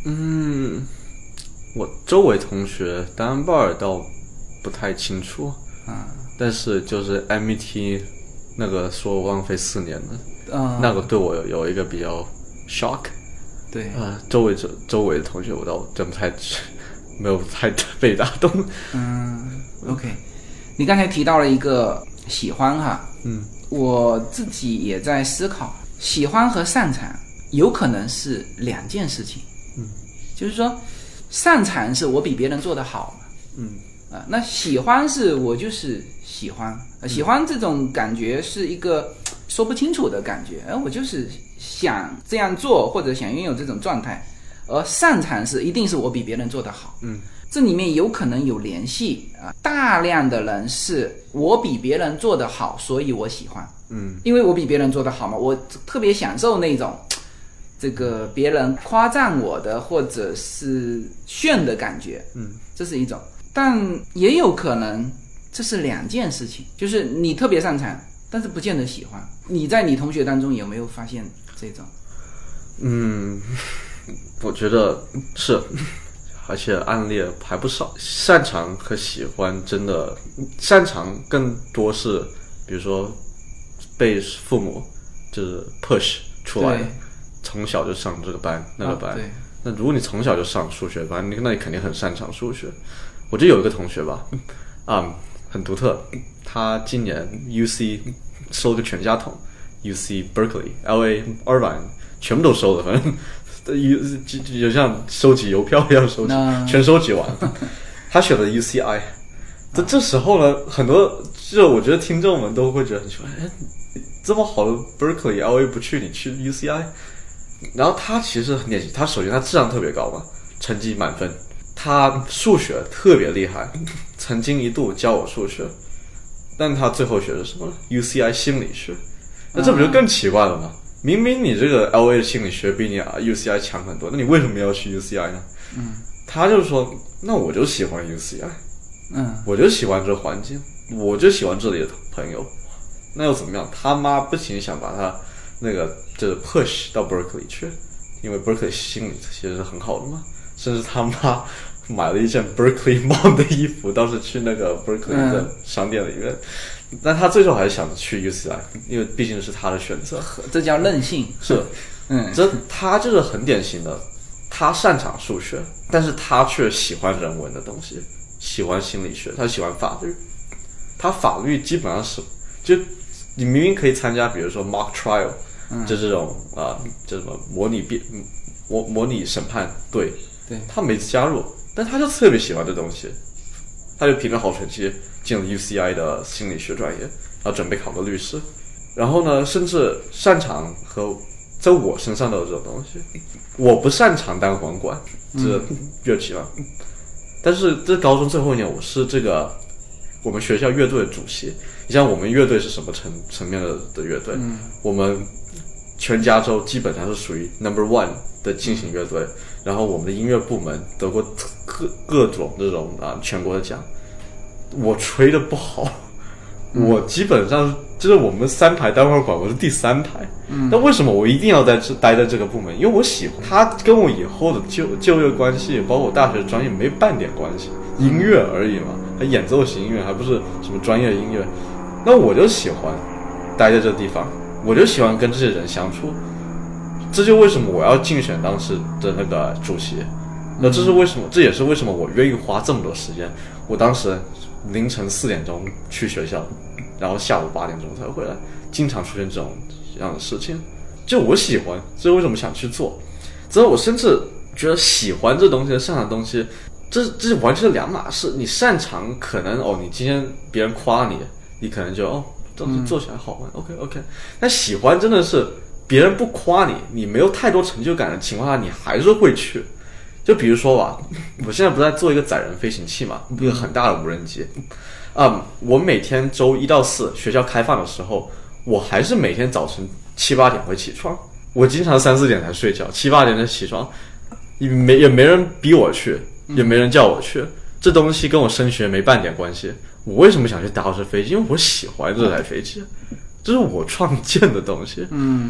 嗯，我周围同学单半儿倒不太清楚啊， 但是就是 M E T 那个说浪费四年的， 啊， 那个对我有有一个比较 shock。 对， 呃，周围周周围的同学我倒真不太没有太被打动。 嗯 ，OK， 你刚才提到了一个喜欢哈， 嗯， 我自己也在思考，喜欢和擅长有可能是两件事情。 嗯， 就是说，擅长是我比别人做得好嘛， 嗯啊，那喜欢是我就是喜欢，呃喜欢这种感觉是一个说不清楚的感觉，而我就是想这样做或者想拥有这种状态，而擅长是一定是我比别人做得好， 嗯， 这里面有可能有联系啊。大量的人是我比别人做得好，所以我喜欢， 嗯， 因为我比别人做得好嘛，我特别享受那种这个别人夸赞我的或者是炫的感觉， 嗯， 这是一种。但也有可能这是两件事情，就是你特别擅长，但是不见得喜欢。你在你同学当中有没有发现这种？ 嗯，我觉得是，而且案例还不少。擅长和喜欢真的，擅长更多是，比如说被父母就是 push 出来，从小就上这个班那个班。 啊、对。 那如果你从小就上数学班，那你肯定很擅长数学。我就有一个同学吧，啊、嗯，很独特。他今年 U C 收个全家桶 ，U C Berkeley、L A、Irvine 全部都收了，反正有就像收集邮票一样收集，全收集完。他选了 U C I， 这这时候呢，很多就我觉得听众们都会觉得很奇怪，哎，这么好的 Berkeley、L A 不去，你去 U C I？ 然后他其实很典型，他首先他智商特别高嘛，成绩满分。他数学特别厉害，曾经一度教我数学，但他最后学的什么 U C I 心理学，那这不就更奇怪了吗？明明你这个 L A 的心理学比你 U C I 强很多，那你为什么要去 U C I 呢？ 嗯， 他就说，那我就喜欢 U C I， 嗯， 我就喜欢这环境，我就喜欢这里的朋友，那又怎么样？他妈不仅想把他那个就是 push 到 Berkeley 去，因为 Berkeley 心理其实是很好的嘛，甚至他妈买了一件 Berkeley Mom 的衣服，当时去那个 Berkeley 的商店里面，嗯、但他最终还是想去 U C I， 因为毕竟是他的选择， 这叫任性。 是， 嗯， 这他就是很典型的，他擅长数学，但是他却喜欢人文的东西，喜欢心理学，他喜欢法律，他法律基本上是，就你明明可以参加，比如说 mock trial，嗯、就这种啊，叫什么模拟辩模模拟审判队， 对， 他没加入。但他就特别喜欢这东西，他就凭着好成绩进了 U C I 的心理学专业，然后准备考个律师。然后呢，甚至擅长和在我身上都有这种东西。我不擅长当管管，这乐器嘛。嗯、但是这高中最后一年，我是这个我们学校乐队的主席。你像我们乐队是什么层层面的的乐队？嗯、我们全加州基本上是属于 number one 的进行乐队。然后我们的音乐部门得过各各种这种啊全国的奖，我吹的不好，嗯、我基本上就是我们三排单簧管，我是第三排。嗯，但为什么我一定要在这待在这个部门？因为我喜欢它，跟我以后的就就业关系，包括我大学专业没半点关系，音乐而已嘛，还演奏型音乐，还不是什么专业音乐。那我就喜欢待在这地方，我就喜欢跟这些人相处。这就为什么我要竞选当时的那个主席，那这是为什么？这也是为什么我愿意花这么多时间。我当时凌晨四点钟去学校，然后下午八点钟才回来，经常出现这种这样的事情。就我喜欢，这是为什么想去做。之后我甚至觉得喜欢这东西和擅长的东西，这这完全是两码事。你擅长可能哦，你今天别人夸你，你可能就哦，这东西做起来好玩、嗯、，OK OK。但喜欢真的是。别人不夸你，你没有太多成就感的情况下，你还是会去。就比如说吧，我现在不在做一个载人飞行器嘛，一个很大的无人机。嗯，我每天周一到四学校开放的时候，我还是每天早晨七八点会起床。我经常三四点才睡觉，七八点才起床，也没也没人逼我去，也没人叫我去。这东西跟我升学没半点关系。我为什么想去打好这飞机？因为我喜欢这台飞机，这是我创建的东西。 嗯。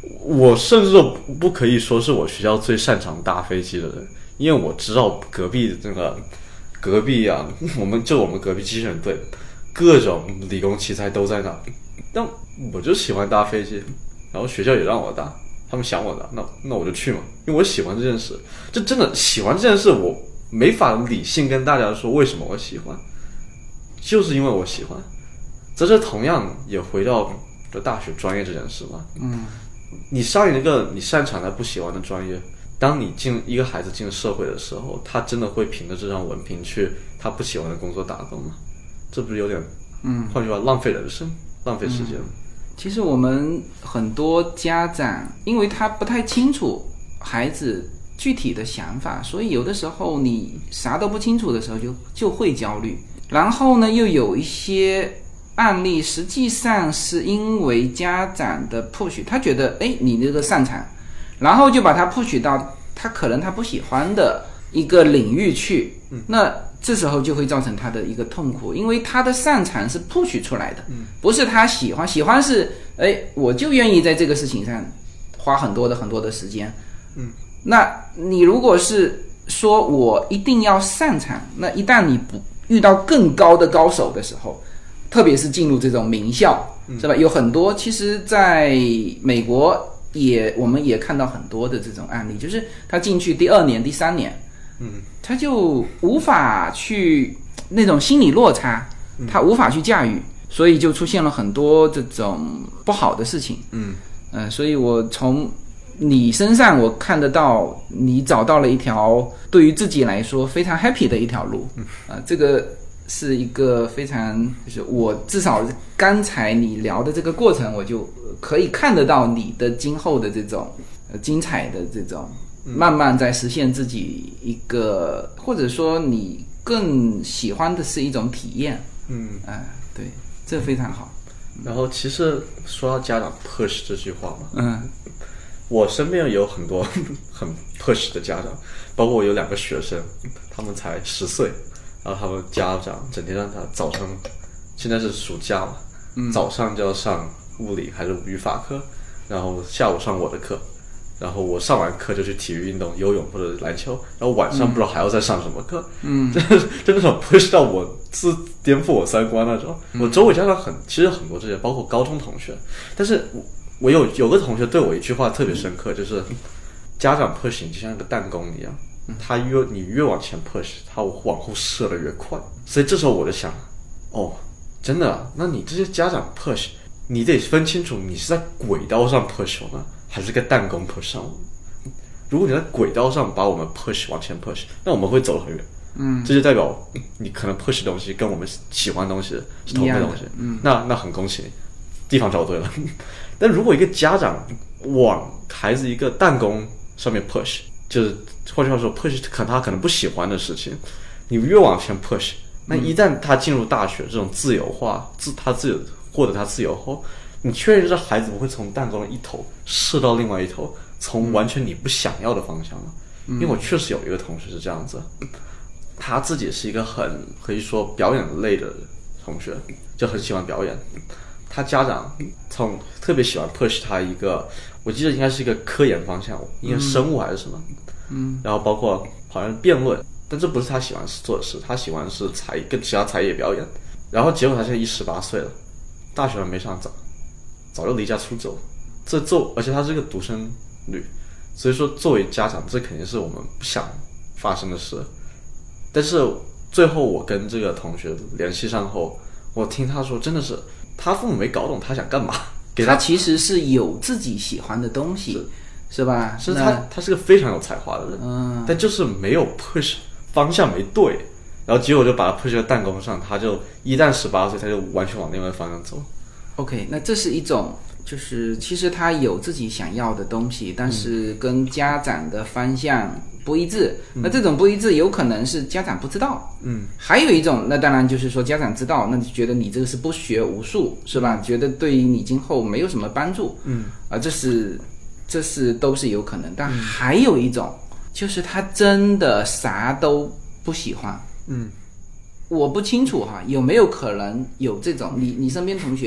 我甚至都不可以说是我学校最擅长搭飞机的人，因为我知道隔壁这个隔壁啊，我们就我们隔壁机器人队，各种理工奇才都在那，但我就喜欢搭飞机，然后学校也让我搭，他们想我搭，那那我就去嘛，因为我喜欢这件事，就真的喜欢这件事，我没法理性跟大家说为什么我喜欢，就是因为我喜欢。这这同样也回到就大学专业这件事嘛， 嗯， 你上一个你擅长的不喜欢的专业，当你进一个孩子进社会的时候，他真的会凭着这张文凭去他不喜欢的工作打工吗？这不是有点，嗯，换句话浪费人生，浪费时间。嗯， 其实我们很多家长，因为他不太清楚孩子具体的想法，所以有的时候你啥都不清楚的时候就就会焦虑。然后呢，又有一些案例实际上是因为家长的 push， 他觉得哎你这个擅长，然后就把他 push 到他可能他不喜欢的一个领域去，那这时候就会造成他的一个痛苦，因为他的擅长是 push 出来的，不是他喜欢，喜欢是哎我就愿意在这个事情上花很多的很多的时间，嗯，那你如果是说我一定要擅长，那一旦你不遇到更高的高手的时候，特别是进入这种名校，是吧？有很多，其实在美国也我们也看到很多的这种案例，就是他进去第二年、第三年，嗯，他就无法去那种心理落差，他无法去驾驭，所以就出现了很多这种不好的事情。嗯，呃，所以我从你身上我看得到，你找到了一条对于自己来说非常 happy 的一条路。嗯，啊、呃，这个。是一个非常，就是我至少刚才你聊的这个过程，我就可以看得到你的今后的这种呃精彩的这种，慢慢在实现自己一个，或者说你更喜欢的是一种体验。嗯，啊、呃，对，这非常好。 然后其实说到家长 push 这句话嘛， 嗯， 我身边也有很多很 push 的家长，包括我有两个学生，他们才十岁。然后他们家长整天让他早上，现在是暑假嘛，嗯、早上就要上物理还是语法课，然后下午上我的课，然后我上完课就去体育运动，游泳或者篮球，然后晚上不知道还要再上什么课，嗯，真的真的很 push 到我，是颠覆我三观那种。嗯、我周围家长很，其实很多这些，包括高中同学，但是我我有有个同学对我一句话特别深刻，就是家长 push 你就像一个弹弓一样。他越你越往前 push， 他往后射得越快，所以这时候我就想，哦，真的，那你这些家长 push， 你得分清楚，你是在轨道上 push 我呢，还是个弹弓 push 上我？如果你在轨道上把我们 push 往前 push， 那我们会走得很远。嗯，这就代表你可能 push 的东西跟我们喜欢的东西是同一个东西。嗯，那那很恭喜你，地方找对了。但如果一个家长往孩子一个弹弓上面 push， 就是换句话说 push 可他可能不喜欢的事情，你越往前 push， 那一旦他进入大学这种自由化，自他自由获得他自由后，你确认这孩子不会从弹弓的一头射到另外一头，从完全你不想要的方向了。因为我确实有一个同学是这样子，他自己是一个很可以说表演类的同学，就很喜欢表演。他家长从特别喜欢 push 他一个，我记得应该是一个科研方向，应该生物还是什么，嗯，然后包括好像辩论，但这不是他喜欢做的事，他喜欢是才跟其他才艺表演。然后结果他现在一十八岁了，大学还没上早，早就离家出走。这做，而且他是个独生女，所以说作为家长，这肯定是我们不想发生的事。但是最后我跟这个同学联系上后，我听他说，真的是他父母没搞懂他想干嘛。给他, 他其实是有自己喜欢的东西， 是, 是吧？ 是他他是个非常有才华的人，嗯，但就是没有 push 方向没对，然后结果就把他 push 在弹弓上，他就一旦十八岁，他就完全往另外方向走。 OK， 那这是一种，就是其实他有自己想要的东西，但是跟家长的方向不一致。嗯、那这种不一致有可能是家长不知道，嗯，还有一种，那当然就是说家长知道，那你觉得你这个是不学无术，是吧？觉得对于你今后没有什么帮助，嗯，啊，这是这是都是有可能。但还有一种，就是他真的啥都不喜欢，嗯，我不清楚哈，有没有可能有这种？你你身边同学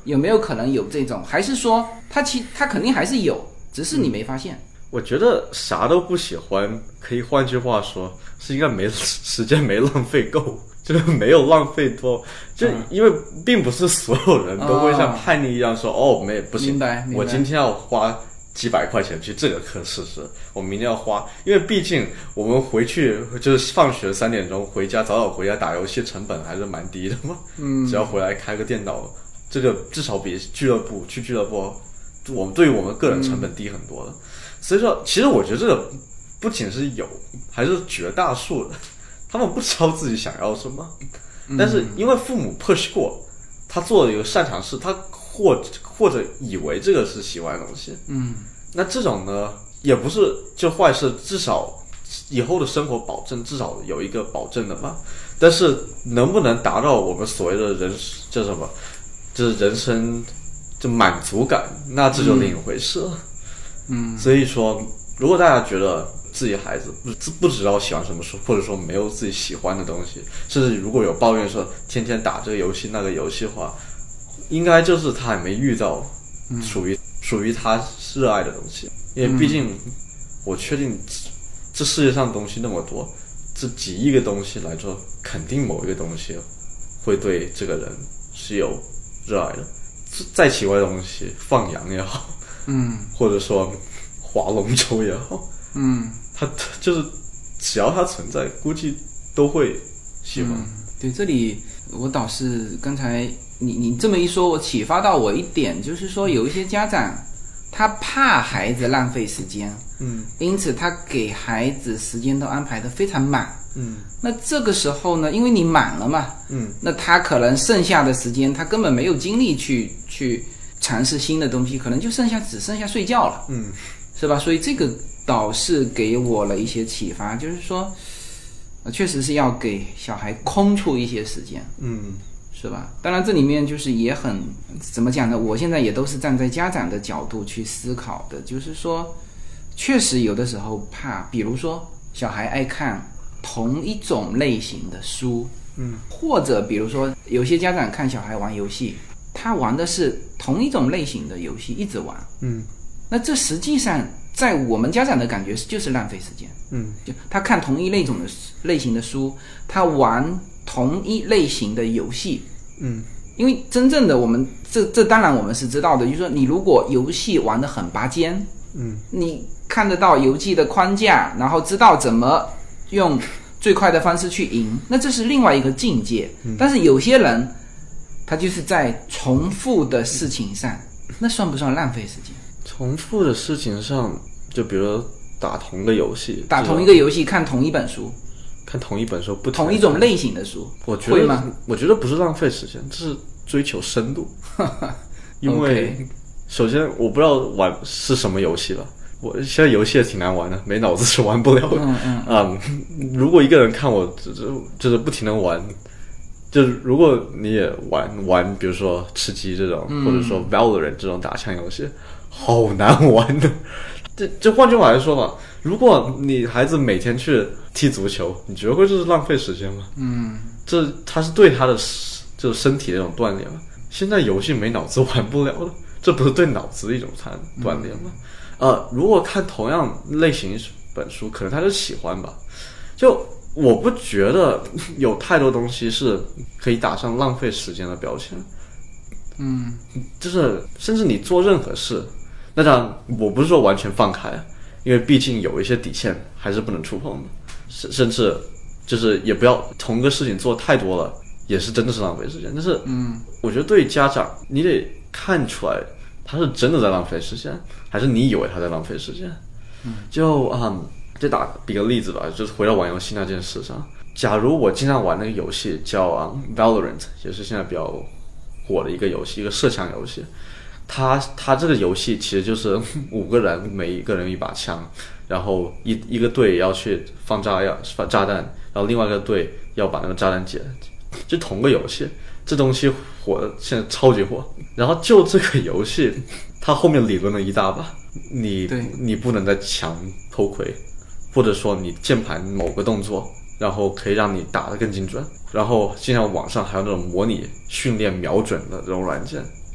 有没有可能有这种？还是说他其他肯定还是有，只是你没发现？ 嗯、我觉得啥都不喜欢，可以换句话说，是应该没时间没浪费够，就是没有浪费多。就因为并不是所有人都会像叛逆一样说，哦，哦没不行， 明白， 我今天要花几百块钱去这个课试试，我明天要花，因为毕竟我们回去就是放学三点钟回家，早早回家打游戏成本还是蛮低的嘛。嗯，只要回来开个电脑，这个至少比俱乐部去俱乐部，我们对于我们个人成本低很多的。嗯、所以说，其实我觉得这个不仅是有，还是绝大数的，他们不知道自己想要什么，但是因为父母 push 过，他做了一个擅长事，他或或者以为这个是喜欢的东西， 嗯， 那这种呢也不是就坏事，至少以后的生活保证至少有一个保证的嘛。但是能不能达到我们所谓的人叫什么，就是人生就满足感，那这就另一回事了。 嗯， 所以说，如果大家觉得自己孩子不不知道喜欢什么书，或者说没有自己喜欢的东西，甚至如果有抱怨说天天打这个游戏那个游戏的话，应该就是他还没遇到属于、嗯、属于他热爱的东西。因为毕竟我确定这世界上东西那么多，这几亿个东西来说，肯定某一个东西会对这个人是有热爱的。再奇怪的东西，放羊也好， 嗯， 或者说划龙舟也好， 嗯， 他就是只要它存在，估计都会喜欢。 嗯、对，这里我倒是刚才你你这么一说，我启发到我一点，就是说有一些家长他怕孩子浪费时间， 嗯， 因此他给孩子时间都安排得非常满， 嗯， 那这个时候呢，因为你满了嘛， 嗯， 那他可能剩下的时间他根本没有精力去去尝试新的东西，可能就剩下只剩下睡觉了， 嗯， 是吧？所以这个倒是给我了一些启发，就是说，呃，确实是要给小孩空出一些时间， 嗯， 是吧？当然这里面就是也很怎么讲呢？我现在也都是站在家长的角度去思考的，就是说，确实有的时候怕，比如说小孩爱看同一种类型的书， 嗯， 或者比如说有些家长看小孩玩游戏，他玩的是同一种类型的游戏，一直玩， 嗯， 那这实际上在我们家长的感觉就是浪费时间， 嗯， 就他看同一类种的类型的书，他玩同一类型的游戏， 嗯， 因为真正的我们这这当然我们是知道的，就是说你如果游戏玩得很拔尖， 嗯， 你看得到游戏的框架，然后知道怎么用最快的方式去赢，那这是另外一个境界。 嗯、 但是有些人他就是在重复的事情上，那算不算浪费时间？ 重复的事情上，就比如打同个游戏， 打同一个游戏，看同一本书， 看同一本书，不同一种类型的书， 我觉得会吗？我觉得不是浪费时间，这是追求深度。因为首先我不知道玩是什么游戏了，我现在游戏也挺难玩的，没脑子是玩不了的。 嗯嗯嗯，如果一个人看我就是不停的玩，就是如果你也玩玩，比如说吃鸡这种， 嗯、 或者说 Valorant 这种打枪游戏，好难玩的。这这换句话来说吧，如果你孩子每天去踢足球，你觉得会这是浪费时间吗？ 嗯， 这他是对他的就是身体的一种锻炼吗？现在游戏没脑子玩不了的，这不是对脑子的一种锻炼吗？嗯、呃，如果看同样类型本书，可能他就喜欢吧。就我不觉得有太多东西是可以打上浪费时间的标签。 嗯， 就是甚至你做任何事，那当然我不是说完全放开，因为毕竟有一些底线还是不能触碰的，甚甚至就是也不要同一个事情做太多了，也是真的是浪费时间。但是， 嗯， 我觉得对于家长，你得看出来他是真的在浪费时间，还是你以为他在浪费时间。 嗯， 就啊、嗯，就打比个例子吧，就是回到玩游戏那件事上。假如我经常玩那个游戏叫啊、um, Valorant， 也是现在比较火的一个游戏，一个射枪游戏。它它这个游戏其实就是五个人，每一个人一把枪，然后一一个队要去放炸药、放炸弹，然后另外一个队要把那个炸弹解，就同个游戏。这东西火的现在超级火。然后就这个游戏，它后面理论了一大把，你你不能在墙偷窥，或者说你键盘某个动作，然后可以让你打得更精准。然后现在网上还有那种模拟训练瞄准的这种软件。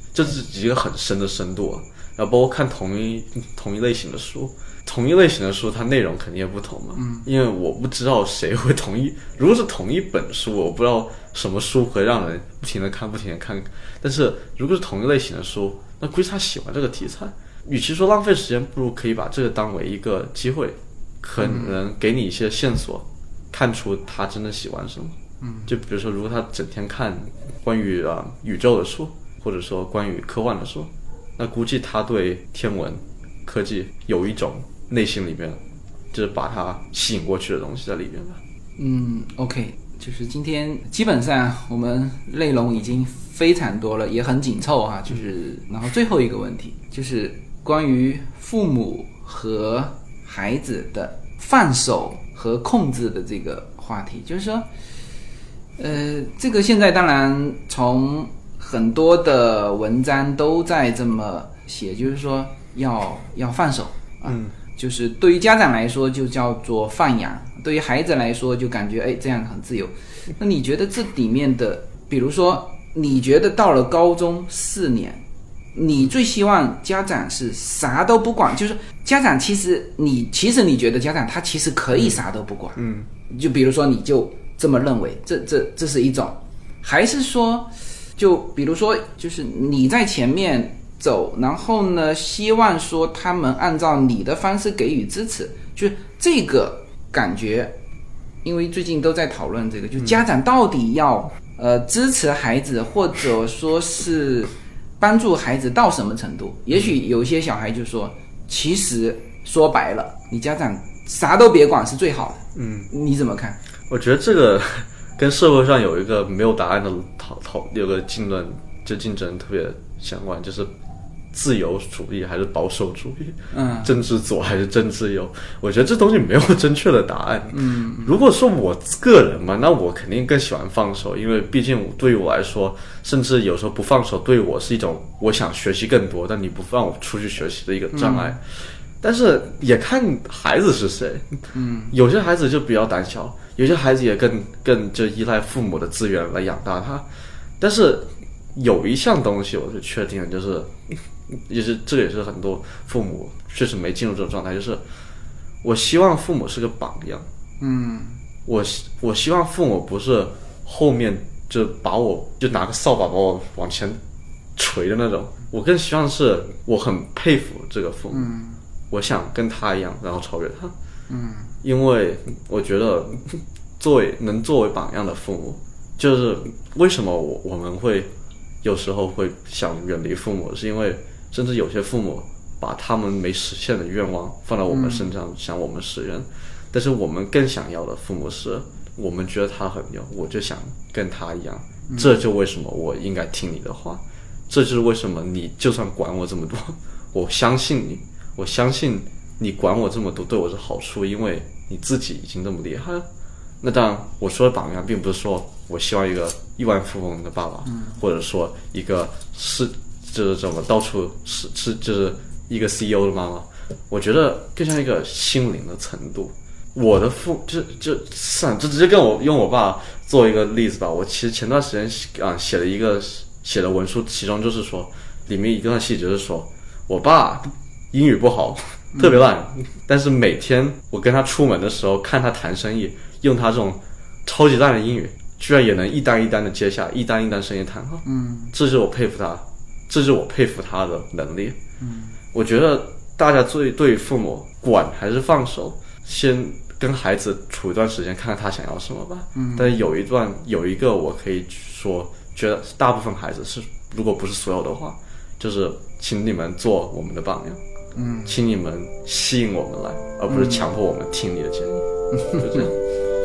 这是一个很深的深度啊。然后包括看同一同一类型的书，同一类型的书它内容肯定也不同嘛，嗯，因为我不知道谁会同一，如果是同一本书，我不知道什么书会让人不停的看不停的看，但是如果是同一类型的书，那估计他喜欢这个题材，与其说浪费时间，不如可以把这个当为一个机会，可能给你一些线索，看出他真的喜欢什么。嗯，就比如说，如果他整天看关于啊、呃、宇宙的书，或者说关于科幻的书，那估计他对天文、科技有一种内心里面就是把他吸引过去的东西在里面吧。 嗯 ，OK， 就是今天基本上我们内容已经非常多了，也很紧凑哈。就是然后最后一个问题就是关于父母和孩子的放手和控制的这个话题，就是说。呃，这个现在当然从很多的文章都在这么写，就是说要要放手啊，嗯，就是对于家长来说就叫做放养，对于孩子来说就感觉哎这样很自由。那你觉得这里面的，比如说你觉得到了高中四年，你最希望家长是啥都不管，就是家长其实你其实你觉得家长他其实可以啥都不管，嗯，就比如说你就。这么认为，这这这是一种，还是说，就比如说，就是你在前面走，然后呢，希望说他们按照你的方式给予支持，就是这个感觉，因为最近都在讨论这个，就家长到底要呃支持孩子，或者说是帮助孩子到什么程度？也许有些小孩就说，其实说白了，你家长啥都别管是最好的。嗯，你怎么看？ 我觉得这个跟社会上有一个没有答案的讨讨有个竞论，就竞争特别相关，就是自由主义还是保守主义，嗯，政治左还是政治右？我觉得这东西没有正确的答案。嗯，如果说我个人嘛，那我肯定更喜欢放手，因为毕竟对于我来说，甚至有时候不放手对我是一种我想学习更多，但你不让我出去学习的一个障碍。嗯，但是也看孩子是谁，嗯，有些孩子就比较胆小，有些孩子也更更就依赖父母的资源来养大他。但是有一项东西我是确定的，就是也是这也是很多父母确实没进入这种状态，就是我希望父母是个榜样。嗯，我我希望父母不是后面就把我就拿个扫把把我往前捶的那种，我更希望是我很佩服这个父母。嗯，我想跟他一样，然后超越他。嗯，因为我觉得作为能作为榜样的父母，就是为什么我我们会有时候会想远离父母，是因为甚至有些父母把他们没实现的愿望放到我们身上，嗯，想我们实现。但是我们更想要的父母是，我们觉得他很牛，我就想跟他一样。嗯，这就为什么我应该听你的话，这就是为什么你就算管我这么多，我相信你。我相信你管我这么多对我是好处，因为你自己已经这么厉害了。那当然我说的榜样并不是说我希望一个亿万富翁的爸爸，嗯，或者说一个是就是怎么到处是是就是一个 C E O 的妈妈，我觉得更像一个心灵的程度。我的父就就算就直接跟我用我爸做一个例子吧。我其实前段时间啊写了一个写的文书，其中就是说里面一段细节是说我爸英语不好，特别烂，嗯，但是每天我跟他出门的时候看他谈生意，用他这种超级烂的英语居然也能一单一单的接下，一单一单生意谈好。嗯，这就是我佩服他，这就是我佩服他的能力。嗯，我觉得大家对对父母管还是放手，先跟孩子处一段时间，看看他想要什么吧。嗯，但是有一段有一个我可以说，觉得大部分孩子是，如果不是所有的话，就是请你们做我们的榜样。嗯，请你们吸引我们来，而不是强迫我们听你的建议。嗯，就这样。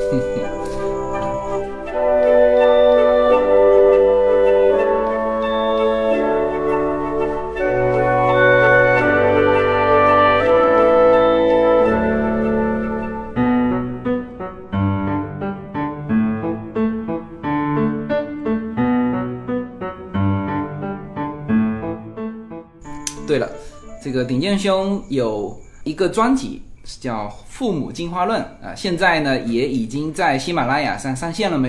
对了，这个鼎健兄有一个专辑叫《父母进化论》啊，现在呢也已经在喜马拉雅上上线了没有？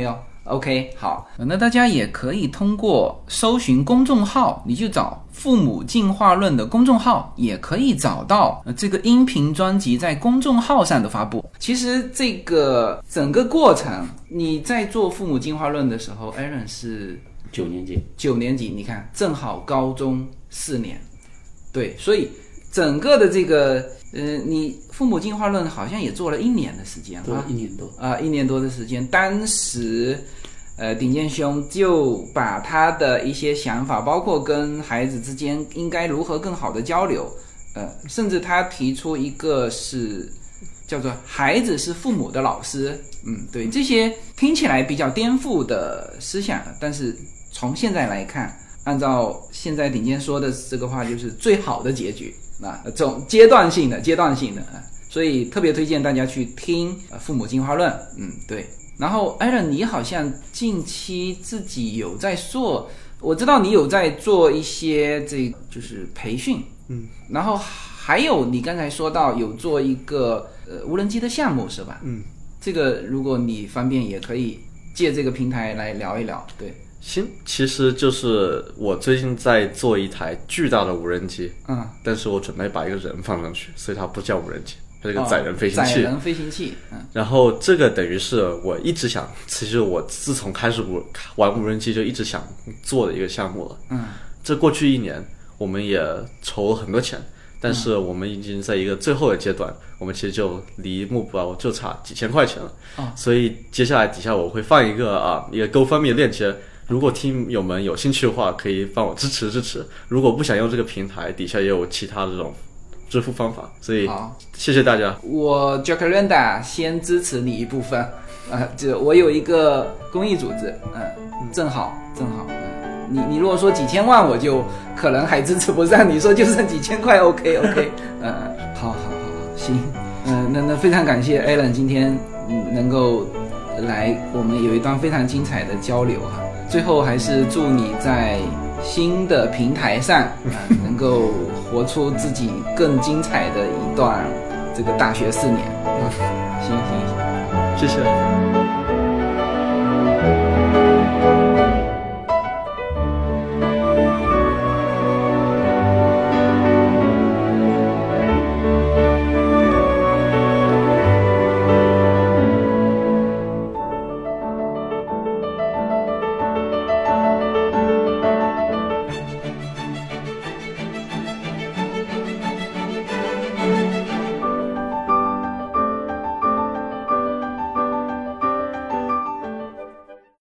OK， 好，那大家也可以通过搜寻公众号，你就找父母进化论的公众号，也可以找到这个音频专辑在公众号上的发布。其实这个整个过程，你在做父母进化论的时候 Aaron 是九年级， 九年级，你看正好高中四年，对，所以整个的这个呃，你父母进化论好像也做了一年的时间对，一年多啊、呃，一年多的时间。当时，呃，鼎健兄就把他的一些想法，包括跟孩子之间应该如何更好的交流，呃，甚至他提出一个是叫做“孩子是父母的老师”，嗯，对，这些听起来比较颠覆的思想，但是从现在来看，按照现在鼎健说的这个话，就是最好的结局。啊，这种阶段性的、阶段性的，所以特别推荐大家去听《父母进化论》。嗯，对。然后 Aaron， 你好像近期自己有在做，我知道你有在做一些这就是培训， 嗯， 然后还有你刚才说到有做一个呃无人机的项目是吧？ 嗯， 这个如果你方便也可以借这个平台来聊一聊，对。 行，其实就是我最近在做一台巨大的无人机， 嗯， 但是我准备把一个人放上去，所以它不叫无人机，它是个载人飞行器。 载人飞行器，嗯。 然后这个等于是我一直想，其实我自从开始玩无人机就一直想做的一个项目了。 嗯， 这过去一年我们也筹了很多钱，但是我们已经在一个最后的阶段，我们其实就离目标就差几千块钱了。 哦， 所以接下来底下我会放一个啊一个 GoFundMe 的链接。如果听友们有兴趣的话，可以帮我支持支持。如果不想用这个平台，底下也有其他的这种支付方法。所以谢谢大家。 我 Jacaranda 先支持你一部分，呃，就我有一个公益组织，嗯、呃，正好正好，呃、你你如果说几千万，我就可能还支持不上。你说就剩几千块 ，OK OK， 嗯、呃，好好好好，行，嗯、呃，那那非常感谢 Alan 今天嗯能够来，我们有一段非常精彩的交流哈。最后还是祝你在新的平台上、呃、能够活出自己更精彩的一段这个大学四年。行行行， 谢谢。